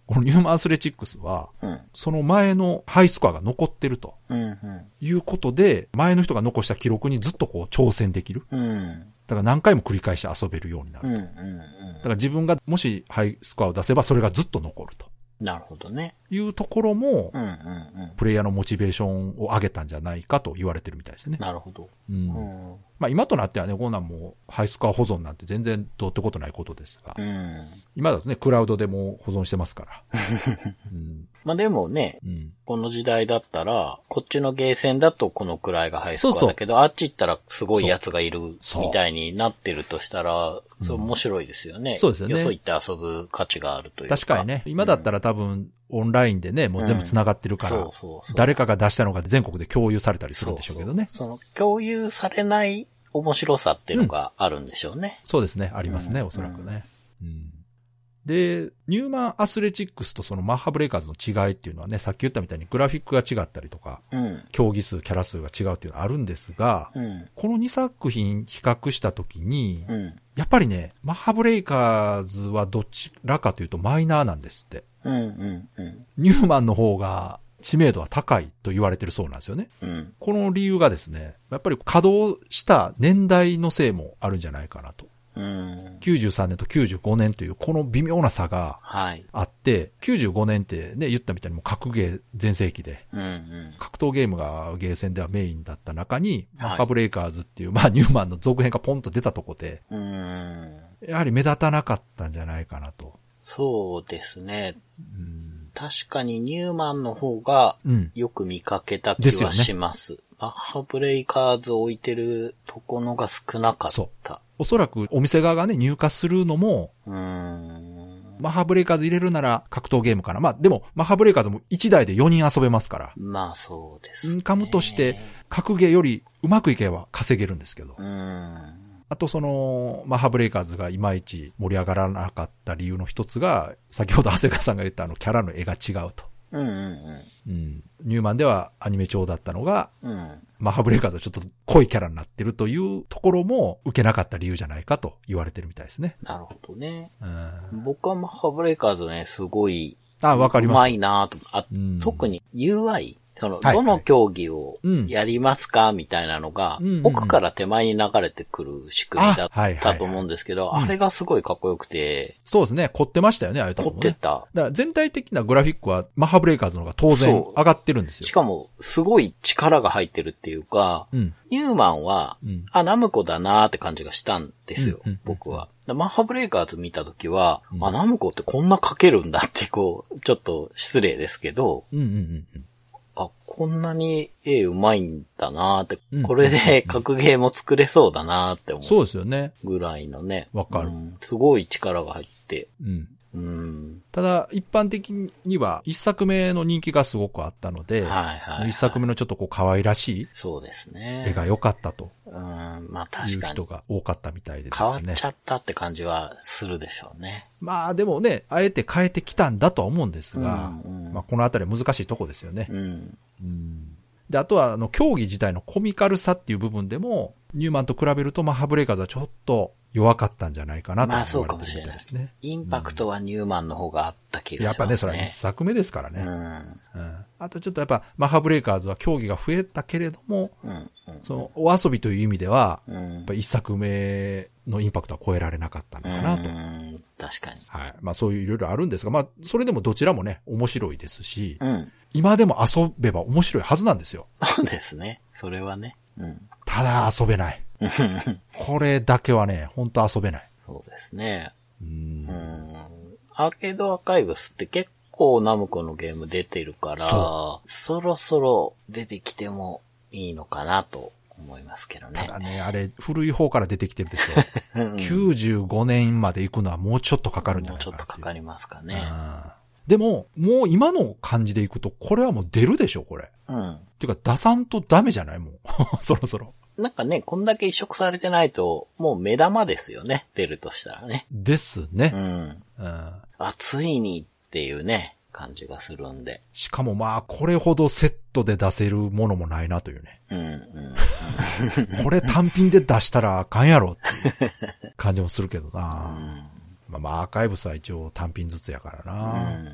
このニューマンアスレチックスは、その前のハイスコアが残ってると。いうことで、前の人が残した記録にずっとこう挑戦できる。だから何回も繰り返し遊べるようになると。だから自分がもしハイスコアを出せばそれがずっと残ると。 なるほどね。 いうところも、プレイヤーのモチベーションを上げたんじゃないかと言われてるみたいですね。 なるほど。 まあ今となってはね、こんなんもうハイスコア保存なんて全然どうってことないことですが、今だとね、クラウドでも保存してますから。 まあでもね、この時代だったら、こっちのゲーセンだとこのくらいがハイスコアだけど、あっち行ったらすごいやつがいるみたいになってるとしたら、そう面白いですよね。 そうですよね。 よそ行って遊ぶ価値があるというか。 確かにね。今だったら多分オンラインでね、もう全部繋がってるから、誰かが出したのが全国で共有されたりするんでしょうけどね。 その共有されない面白さっていうのがあるんでしょうね。 そうですね。ありますね、おそらくね。で、ニューマンアスレチックスとそのマッハブレイカーズの違いっていうのはね、さっき言ったみたいにグラフィックが違ったりとか、競技数、キャラ数が違うっていうのはあるんですが、この2作品比較したときに、やっぱりね、マッハブレイカーズはどちらかというとマイナーなんですって。ニューマンの方が知名度は高いと言われてるそうなんですよね。この理由がですね、やっぱり稼働した年代のせいもあるんじゃないかなと。93年と95年というこの微妙な差があって、95年ってね、言ったみたいにもう格ゲー全盛期で、格闘ゲームがゲーセンではメインだった中に、マッハブレイカーズっていう、まあニューマンの続編がポンと出たとこで、やはり目立たなかったんじゃないかなと。 そうですね。確かにニューマンの方がよく見かけた気はします。マッハブレイカーズを置いてるところが少なかった。 おそらくお店側がね、入荷するのも、マッハブレイカーズ入れるなら格闘ゲームかな。まあでも、マッハブレイカーズも1台で4人遊べますから。 まあそうですね。 インカムとして格ゲーよりうまくいけば稼げるんですけど。あとその、マッハブレイカーズがいまいち盛り上がらなかった理由の一つが、先ほど長谷川さんが言ったキャラの絵が違うと。ニューマンではアニメ調だったのが、マッハブレイカーズはちょっと濃いキャラになってるというところも受けなかった理由じゃないかと言われてるみたいですね。 なるほどね。僕はマッハブレイカーズね、すごい、 わかります。 うまいなと。特に UI。どの競技をやりますかみたいなのが、奥から手前に流れてくる仕組みだったと思うんですけど、あれがすごいかっこよくて。 そうですね。凝ってましたよね、ああいうところね。 凝ってた。だから全体的なグラフィックはマッハブレイカーズの方が当然上がってるんですよ。 しかも、すごい力が入ってるっていうか、ニューマンは、ナムコだなーって感じがしたんですよ、僕は。マッハブレイカーズ見たときは、ナムコってこんな描けるんだってこう、ちょっと失礼ですけど、こんなに絵うまいんだなーって、これで格ゲーも作れそうだなーって思う。 そうですよね。 ぐらいのね。 わかる。 すごい力が入って。 ただ、一般的には一作目の人気がすごくあったので、一作目のちょっとこう可愛らしいそうですね。 絵が良かったと。 まあ確かに。 いう人が多かったみたいですね。 変わっちゃったって感じはするでしょうね。 まあでもね、あえて変えてきたんだとは思うんですが、まあこのあたりは難しいとこですよね。で、あとは競技自体のコミカルさっていう部分でも、ニューマンと比べるとマッハブレイカーズはちょっと弱かったんじゃないかなと思われてるみたいですね。まあそうかもしれない。 インパクトはニューマンの方があった気がしますね。 やっぱね、それは一作目ですからね。あとちょっとやっぱマッハブレイカーズは競技が増えたけれども、そのお遊びという意味では、やっぱ一作目のインパクトは超えられなかったのかなと。 確かに。 はい。まあそういういろいろあるんですが、まあそれでもどちらもね、面白いですし、今でも遊べば面白いはずなんですよ。 そうですね。それはね。 ただ遊べない。これだけはね、本当遊べない。 そうですね。アーケードアーカイブスって結構ナムコのゲーム出てるから、そろそろ出てきてもいいのかなと思いますけどね。 ただね、あれ、古い方から出てきてるでしょ。95年まで行くのはもうちょっとかかるんじゃないかな。 もうちょっとかかりますかね。 でも、もう今の感じでいくと、これはもう出るでしょ、これ。っていうか、出さんとダメじゃないもう。そろそろ。 なんかね、こんだけ移植されてないと、もう目玉ですよね。出るとしたらね。 ですね。 ついにっていうね、感じがするんで。 しかもまあ、これほどセットで出せるものもないなというね。これ単品で出したらあかんやろっていう感じもするけどな。まあアーカイブスは一応単品ずつやからな。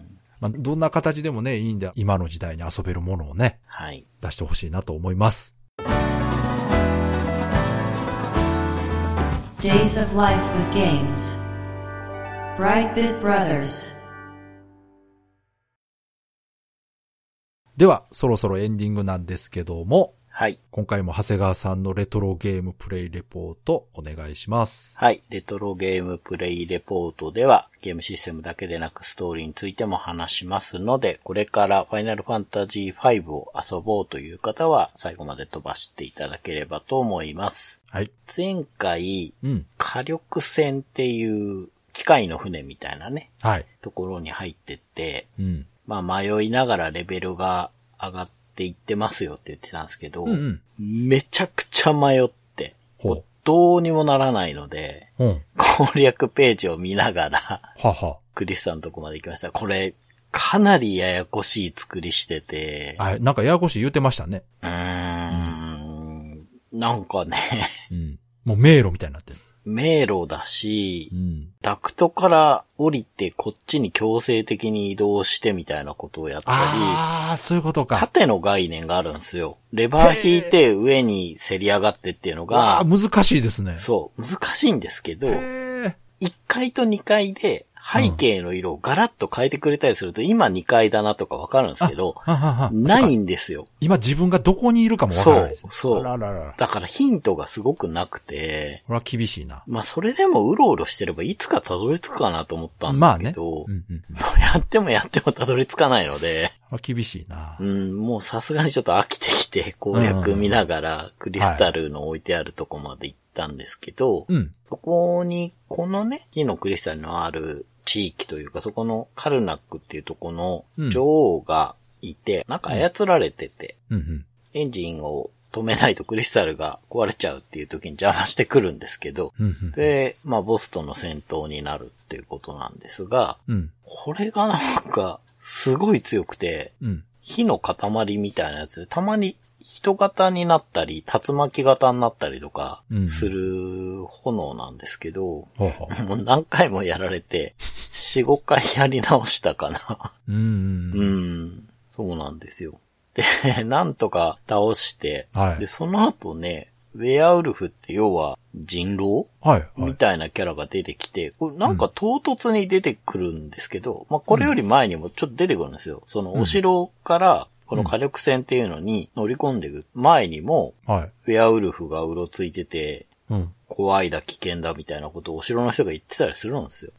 まあ、どんな形でもね、いいんで、今の時代に遊べるものをね、 はい。 出してほしいなと思います。 Days of Life with Games Brightbit Brothers。 では、そろそろエンディングなんですけども、 はい。 今回も長谷川さんのレトロゲームプレイレポートお願いします。 はい。レトロゲームプレイレポートではゲームシステムだけでなくストーリーについても話しますので、これからファイナルファンタジー5を遊ぼうという方は最後まで飛ばしていただければと思います。 はい。 前回、火力船っていう機械の船みたいなね、 はい。 ところに入ってって、まあ迷いながらレベルが上がって言ってますよって言ってたんですけど、めちゃくちゃ迷って、どうにもならないので、攻略ページを見ながら、クリスタのとこまで行きました。これ、かなりややこしい作りしてて、 なんかややこしい言うてましたね。 なんかね、 もう迷路みたいになってる。 迷路だし、ダクトから降りてこっちに強制的に移動してみたいなことをやったり、 そういうことか。 縦の概念があるんですよ。レバー引いて上にせり上がってっていうのが、 難しいですね。 そう、難しいんですけど、1階と2階で背景の色をガラッと変えてくれたりすると、今2階だなとかわかるんですけど、ないんですよ。 今自分がどこにいるかもわからないです。 そう。だからヒントがすごくなくて、 これは厳しいな。 まあそれでもうろうろしてればいつかたどり着くかなと思ったんだけど、やってもたどり着かないので、 厳しいな。 もうさすがにちょっと飽きてきて攻略見ながらクリスタルの置いてあるとこまで行ったんですけど、そこにこのね、木のクリスタルのある地域というか、そこのカルナックっていうとこの女王がいて、なんか操られてて、エンジンを止めないとクリスタルが壊れちゃうっていう時に邪魔してくるんですけど、で、まあボスとの戦闘になるっていうことなんですが、これがなんかすごい強くて、火の塊みたいなやつで、たまに人型になったり、竜巻型になったりとかする炎なんですけど、もう何回もやられて、4、5回やり直したかな。そうなんですよ。で、なんとか倒して、で、その後ね、ウェアウルフって要は人狼、みたいなキャラが出てきて、これなんか唐突に出てくるんですけど、まあこれより前にもちょっと出てくるんですよ。そのお城から、この火力船っていうのに乗り込んでいく前にも、ウェアウルフがうろついてて、怖いだ危険だみたいなことをお城の人が言ってたりするんですよ。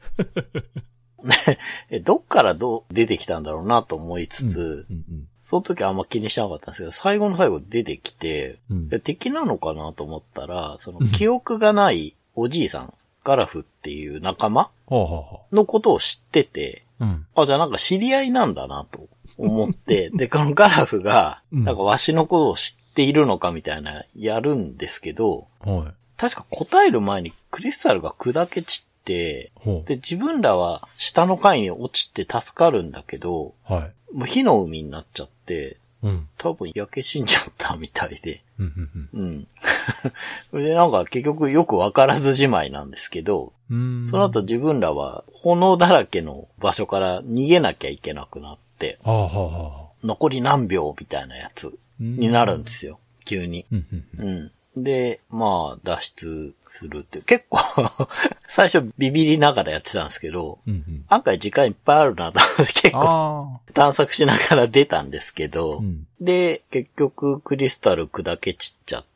どっから出てきたんだろうなと思いつつ、その時はあんま気にしなかったんですけど、最後の最後出てきて、敵なのかなと思ったら、その記憶がないおじいさん、ガラフっていう仲間のことを知ってて、じゃあなんか知り合いなんだなと思って、で、このガラフが、なんかわしのことを知っているのかみたいな、やるんですけど、確か答える前にクリスタルが砕け散って、で、自分らは下の階に落ちて助かるんだけど、もう火の海になっちゃって、多分焼け死んじゃったみたいで。それでなんか結局よくわからずじまいなんですけど、その後自分らは炎だらけの場所から逃げなきゃいけなくなって、残り何秒みたいなやつになるんですよ、急に。で、まあ脱出するっていう。結構、最初ビビりながらやってたんですけど、案外時間いっぱいあるなと思って結構探索しながら出たんですけど、で、結局クリスタル砕け散っちゃって、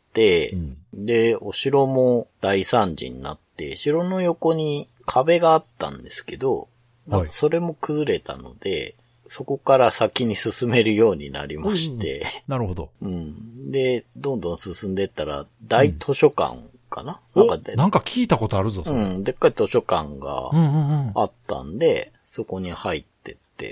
で、お城も大惨事になって、城の横に壁があったんですけど、それも崩れたので、そこから先に進めるようになりまして。 なるほど。 で、どんどん進んでいったら、大図書館かな、 なんか聞いたことあるぞ、それ。 でっかい図書館があったんで、そこに入ってって、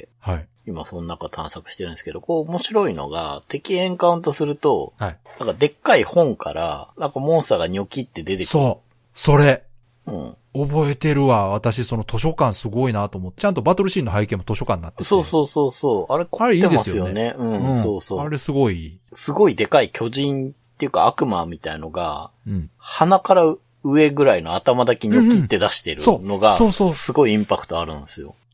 今その中探索してるんですけど、こう面白いのが、敵エンカウントすると、なんかでっかい本から、なんかモンスターがニョキって出てくる。 そう。それ。覚えてるわ。私、その図書館すごいなと思って。ちゃんとバトルシーンの背景も図書館になってて。 そう。あれ凝ってますよね。 あれすごい。 すごいでかい巨人っていうか悪魔みたいのが、鼻から上ぐらいの頭だけニョキって出してるのが、すごいインパクトあるんですよ。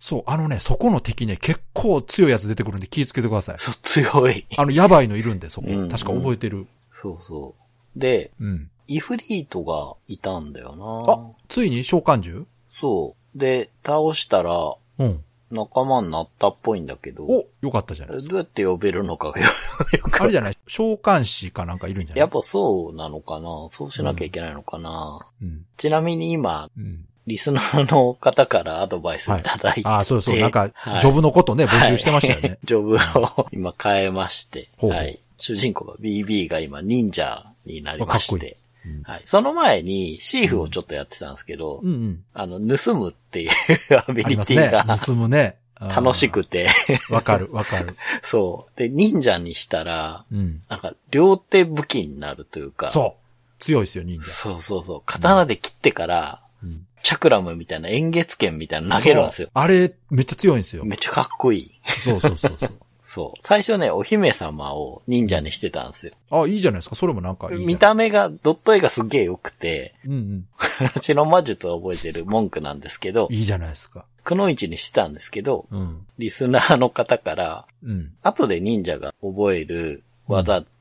そう、そこの敵ね、結構強いやつ出てくるんで気をつけてください。 そう、強い。 やばいのいるんで、そこ。確か覚えてる。 そうそう。で、イフリートがいたんだよな。 ついに召喚獣？ そう。で、倒したら、仲間になったっぽいんだけど。 よかったじゃないですか。 どうやって呼べるのかがあれじゃない？召喚師かなんかいるんじゃない？ やっぱそうなのかな？そうしなきゃいけないのかな？ちなみに今、リスナーの方からアドバイスいただいて、 そうそう、なんか、ジョブのことね、募集してましたよね。 ジョブを今変えまして、はい。主人公が BB が今忍者になりまして、はい。その前にシーフをちょっとやってたんですけど、盗むっていうアビリティが、 盗むね。 楽しくて。 わかる、わかる。 そう。で、忍者にしたら、なんか、両手武器になるというか。 そう。強いですよ、忍者。 そうそうそう。刀で切ってから、チャクラムみたいな円月剣みたいなの投げるんですよ。 あれ、めっちゃ強いんですよ。 めっちゃかっこいい。 そうそうそうそう。 そう。最初ね、お姫様を忍者にしてたんですよ。 いいじゃないですか。それもなんかいい。 見た目が、ドット絵がすっげえ良くて、白魔術を覚えてる文句なんですけど、 いいじゃないですか。 くのいちにしてたんですけど、リスナーの方から、後で忍者が覚える技って、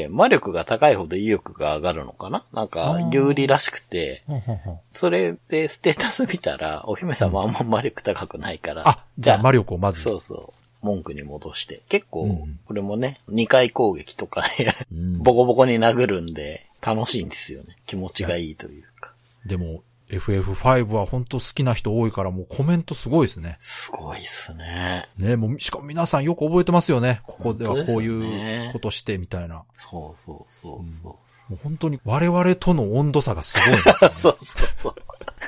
魔力が高いほど威力が上がるのかな？なんか、有利らしくて、それでステータス見たら、お姫様はあんま魔力高くないから、 じゃあ魔力をまず。 そうそう。文句に戻して。結構、これもね、2回攻撃とかでボコボコに殴るんで、楽しいんですよね。気持ちがいいというか。 でも、FF5 は本当好きな人多いからもうコメントすごいですね。 すごいですね。 ね、もう、しかも皆さんよく覚えてますよね。ここではこういうことしてみたいな。 そうそうそうそう。 もう本当に我々との温度差がすごい、ね。 そうそうそう。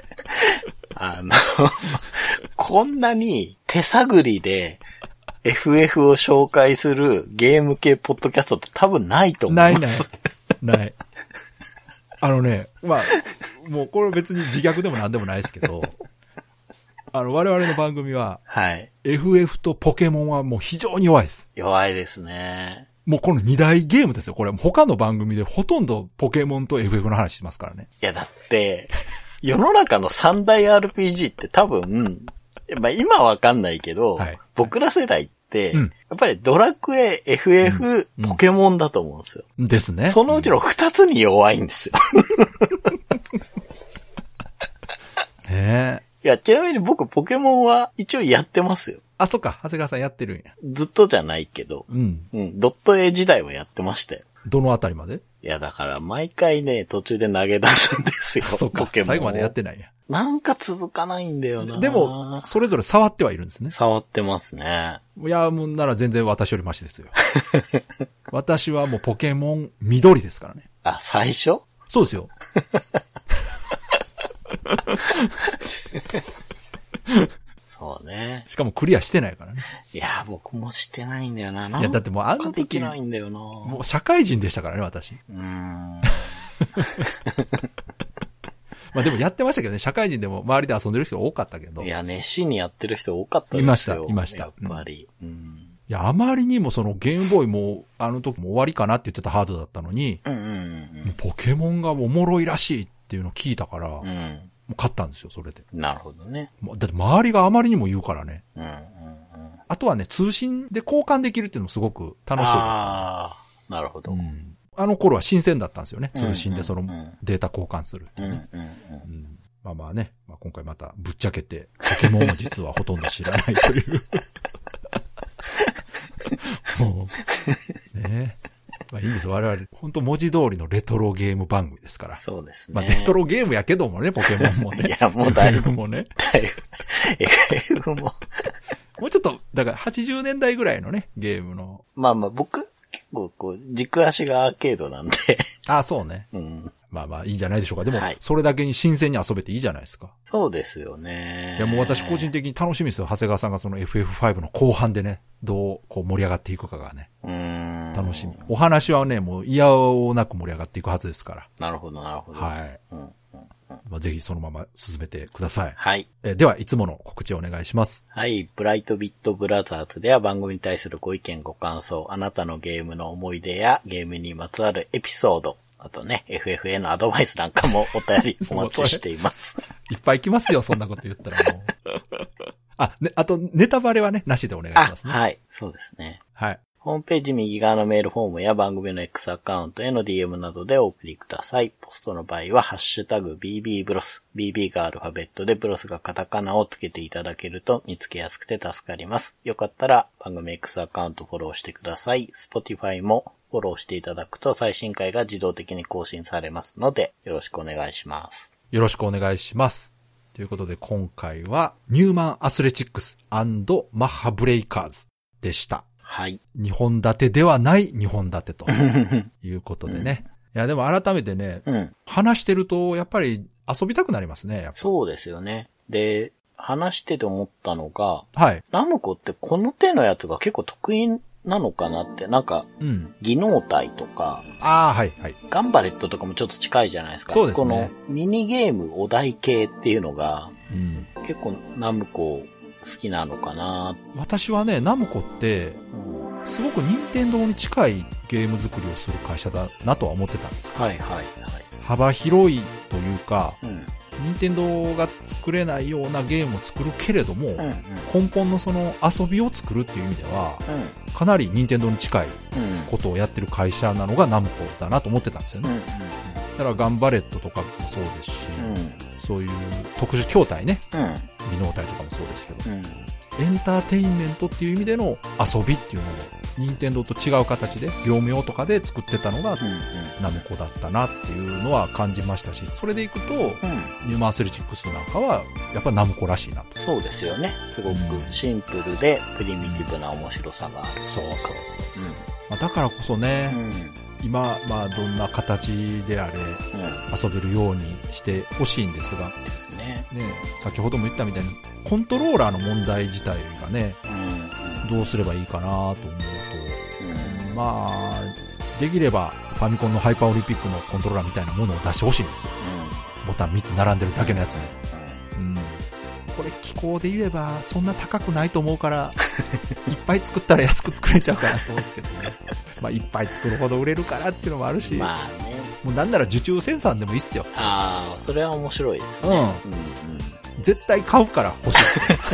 こんなに手探りで FF を紹介するゲーム系ポッドキャストって多分ないと思います。 ない。まあ、もうこれ別に自虐でもなんでもないですけど、我々の番組は、 はい。 FF とポケモンはもう非常に弱いです。 弱いですね。 もうこの2大ゲームですよ。これ他の番組でほとんどポケモンと FF の話しますからね。 いやだって、世の中の3大 RPG って多分、まあ今はわかんないけど、僕ら世代って、やっぱりドラクエ、FF、ポケモンだと思うんですよ。 ですね。 そのうちの2つに弱いんですよ。 ねえ。 いや、ちなみに僕ポケモンは一応やってますよ。 そっか。長谷川さんやってるんや。 ずっとじゃないけど。ドット絵時代はやってましたよ。 どのあたりまで？ いや、だから毎回ね、途中で投げ出すんですよ。 そうか。ポケモン。最後までやってないや。 なんか続かないんだよな。 でも、それぞれ触ってはいるんですね。 触ってますね。 いや、もうなら全然私よりマシですよ。私はもうポケモン緑ですからね。 最初？ そうですよ。 そうね。 しかもクリアしてないからね。 いや、僕もしてないんだよな。 いや、だってもうあの時。 できないんだよな。 もう社会人でしたからね、私。まあでもやってましたけどね、社会人でも周りで遊んでる人多かったけど。 いや、熱心にやってる人多かったですよ。 いました。 やっぱり。 いや、あまりにもそのゲームボーイも、あの時も終わりかなって言ってたハードだったのに、ポケモンがおもろいらしいっていうのを聞いたから、もう買ったんですよ、それで。 なるほどね。 だって周りがあまりにも言うからね。あとはね、通信で交換できるっていうのもすごく楽しそうだった。 なるほど。 あの頃は新鮮だったんですよね。通信でそのデータ交換するってね。まあまあね、今回またぶっちゃけて、ポケモンを実はほとんど知らないという。もう、ね。まあいいんです。我々、本当文字通りのレトロゲーム番組ですから。 そうですね。 まあレトロゲームやけどもね、ポケモンもね。 いや、もうだいぶ。 もね。 FF も。 もうちょっと、だから80年代ぐらいのね、ゲームの。 まあ僕、結構軸足がアーケードなんで。 そうね。まあまあいいんじゃないでしょうか。でも、それだけに新鮮に遊べていいじゃないですか。 そうですよね。 いやもう私個人的に楽しみですよ。長谷川さんがその FF5 の後半でね、どう盛り上がっていくかがね。楽しみ。お話はね、もう嫌おなく盛り上がっていくはずですから。 なるほど、なるほど。 はい。ぜひそのまま進めてください。 はい。 では、いつもの告知をお願いします。 はい。ブライトビットブラザーズでは番組に対するご意見ご感想、あなたのゲームの思い出やゲームにまつわるエピソード、あとね、FF へのアドバイスなんかもお便りお待ちしています。 いっぱい来ますよ、そんなこと言ったらもう。 あと、ネタバレはね、なしでお願いしますね。 はい。そうですね。 はい。 ホームページ右側のメールフォームや番組の X アカウントへの DM などでお送りください。ポストの場合は、ハッシュタグ BB ブロス。BB がアルファベットでブロスがカタカナをつけていただけると見つけやすくて助かります。よかったら番組 X アカウントフォローしてください。Spotify もフォローしていただくと最新回が自動的に更新されますので、よろしくお願いします。 よろしくお願いします。ということで今回は、ニューマンアスレチックス&マッハブレイカーズでした。 はい。 2本立てではない2本立てということでね。いやでも改めてね、話してるとやっぱり遊びたくなりますね。 そうですよね。で、話してて思ったのが、 はい。 ナムコってこの手のやつが結構得意なのかなって、なんか、技能体とか、 はいはい。 ガンバレットとかもちょっと近いじゃないですか。 そうですね。 このミニゲームお題系っていうのが、結構ナムコ好きなのかな。 私はね、ナムコって、すごく任天堂に近いゲーム作りをする会社だなとは思ってたんですよ。 はいはいはい。 幅広いというか、任天堂が作れないようなゲームを作るけれども、根本のその遊びを作るっていう意味では、かなり任天堂に近いことをやってる会社なのがナムコだなと思ってたんですよね。だからガンバレットとかもそうですし、そういう特殊筐体ね、技能体とかもそうですけど、エンターテインメントっていう意味での遊びっていうのを任天堂と違う形で業務用とかで作ってたのがナムコだったなっていうのは感じましたし、それでいくと、ニューマンアスレチックスなんかはやっぱナムコらしいなと。 そうですよね。すごくシンプルでプリミティブな面白さがある。 そう。だからこそね、今、どんな形であれ、遊べるようにしてほしいんですが、先ほども言ったみたいに、コントローラーの問題自体がね、どうすればいいかなと思うと、できればファミコンのハイパーオリンピックのコントローラーみたいなものを出してほしいんですよ。ボタン3つ並んでるだけのやつね。これ気候で言えばそんな高くないと思うからいっぱい作ったら安く作れちゃうかなと思うんですけどね。いっぱい作るほど売れるからっていうのもあるし、もうなんなら受注生産でもいいっすよ。 それは面白いですね。 絶対買うから欲しい。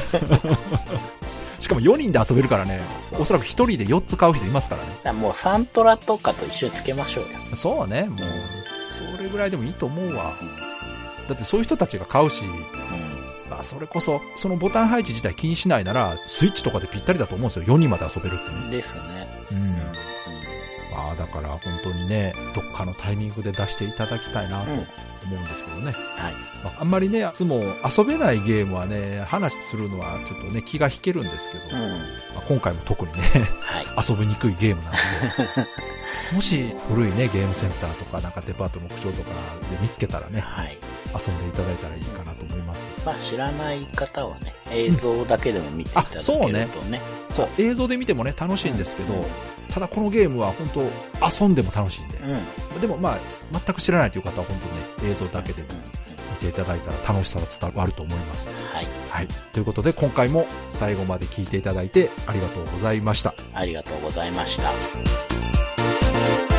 しかも4人で遊べるからね、おそらく1人で4つ買う人いますからね。 もうサントラとかと一緒につけましょうよ。 そうね、もうそれぐらいでもいいと思うわ。だってそういう人たちが買うし、それこそそのボタン配置自体気にしないならスイッチとかでぴったりだと思うんですよ。4人まで遊べるってね。 ですね。 だから本当にね、どっかのタイミングで出していただきたいなと思うんですけどね。あんまりね、いつも遊べないゲームはね、話するのはちょっとね、気が引けるんですけど、今回も特にね、遊びにくいゲームなので、もし古いね、ゲームセンターとかなんかデパートの屋上とかで見つけたらね、遊んでいただいたらいいかなと思います。 知らない方はね、映像だけでも見ていただけるとね。 そう、映像で見てもね、楽しいんですけど、ただこのゲームは本当遊んでも楽しいんで、でも全く知らないという方は本当ね、映像だけでも見ていただいたら楽しさは伝わると思います。はい。ということで今回も最後まで聞いていただいてありがとうございました。 ありがとうございました。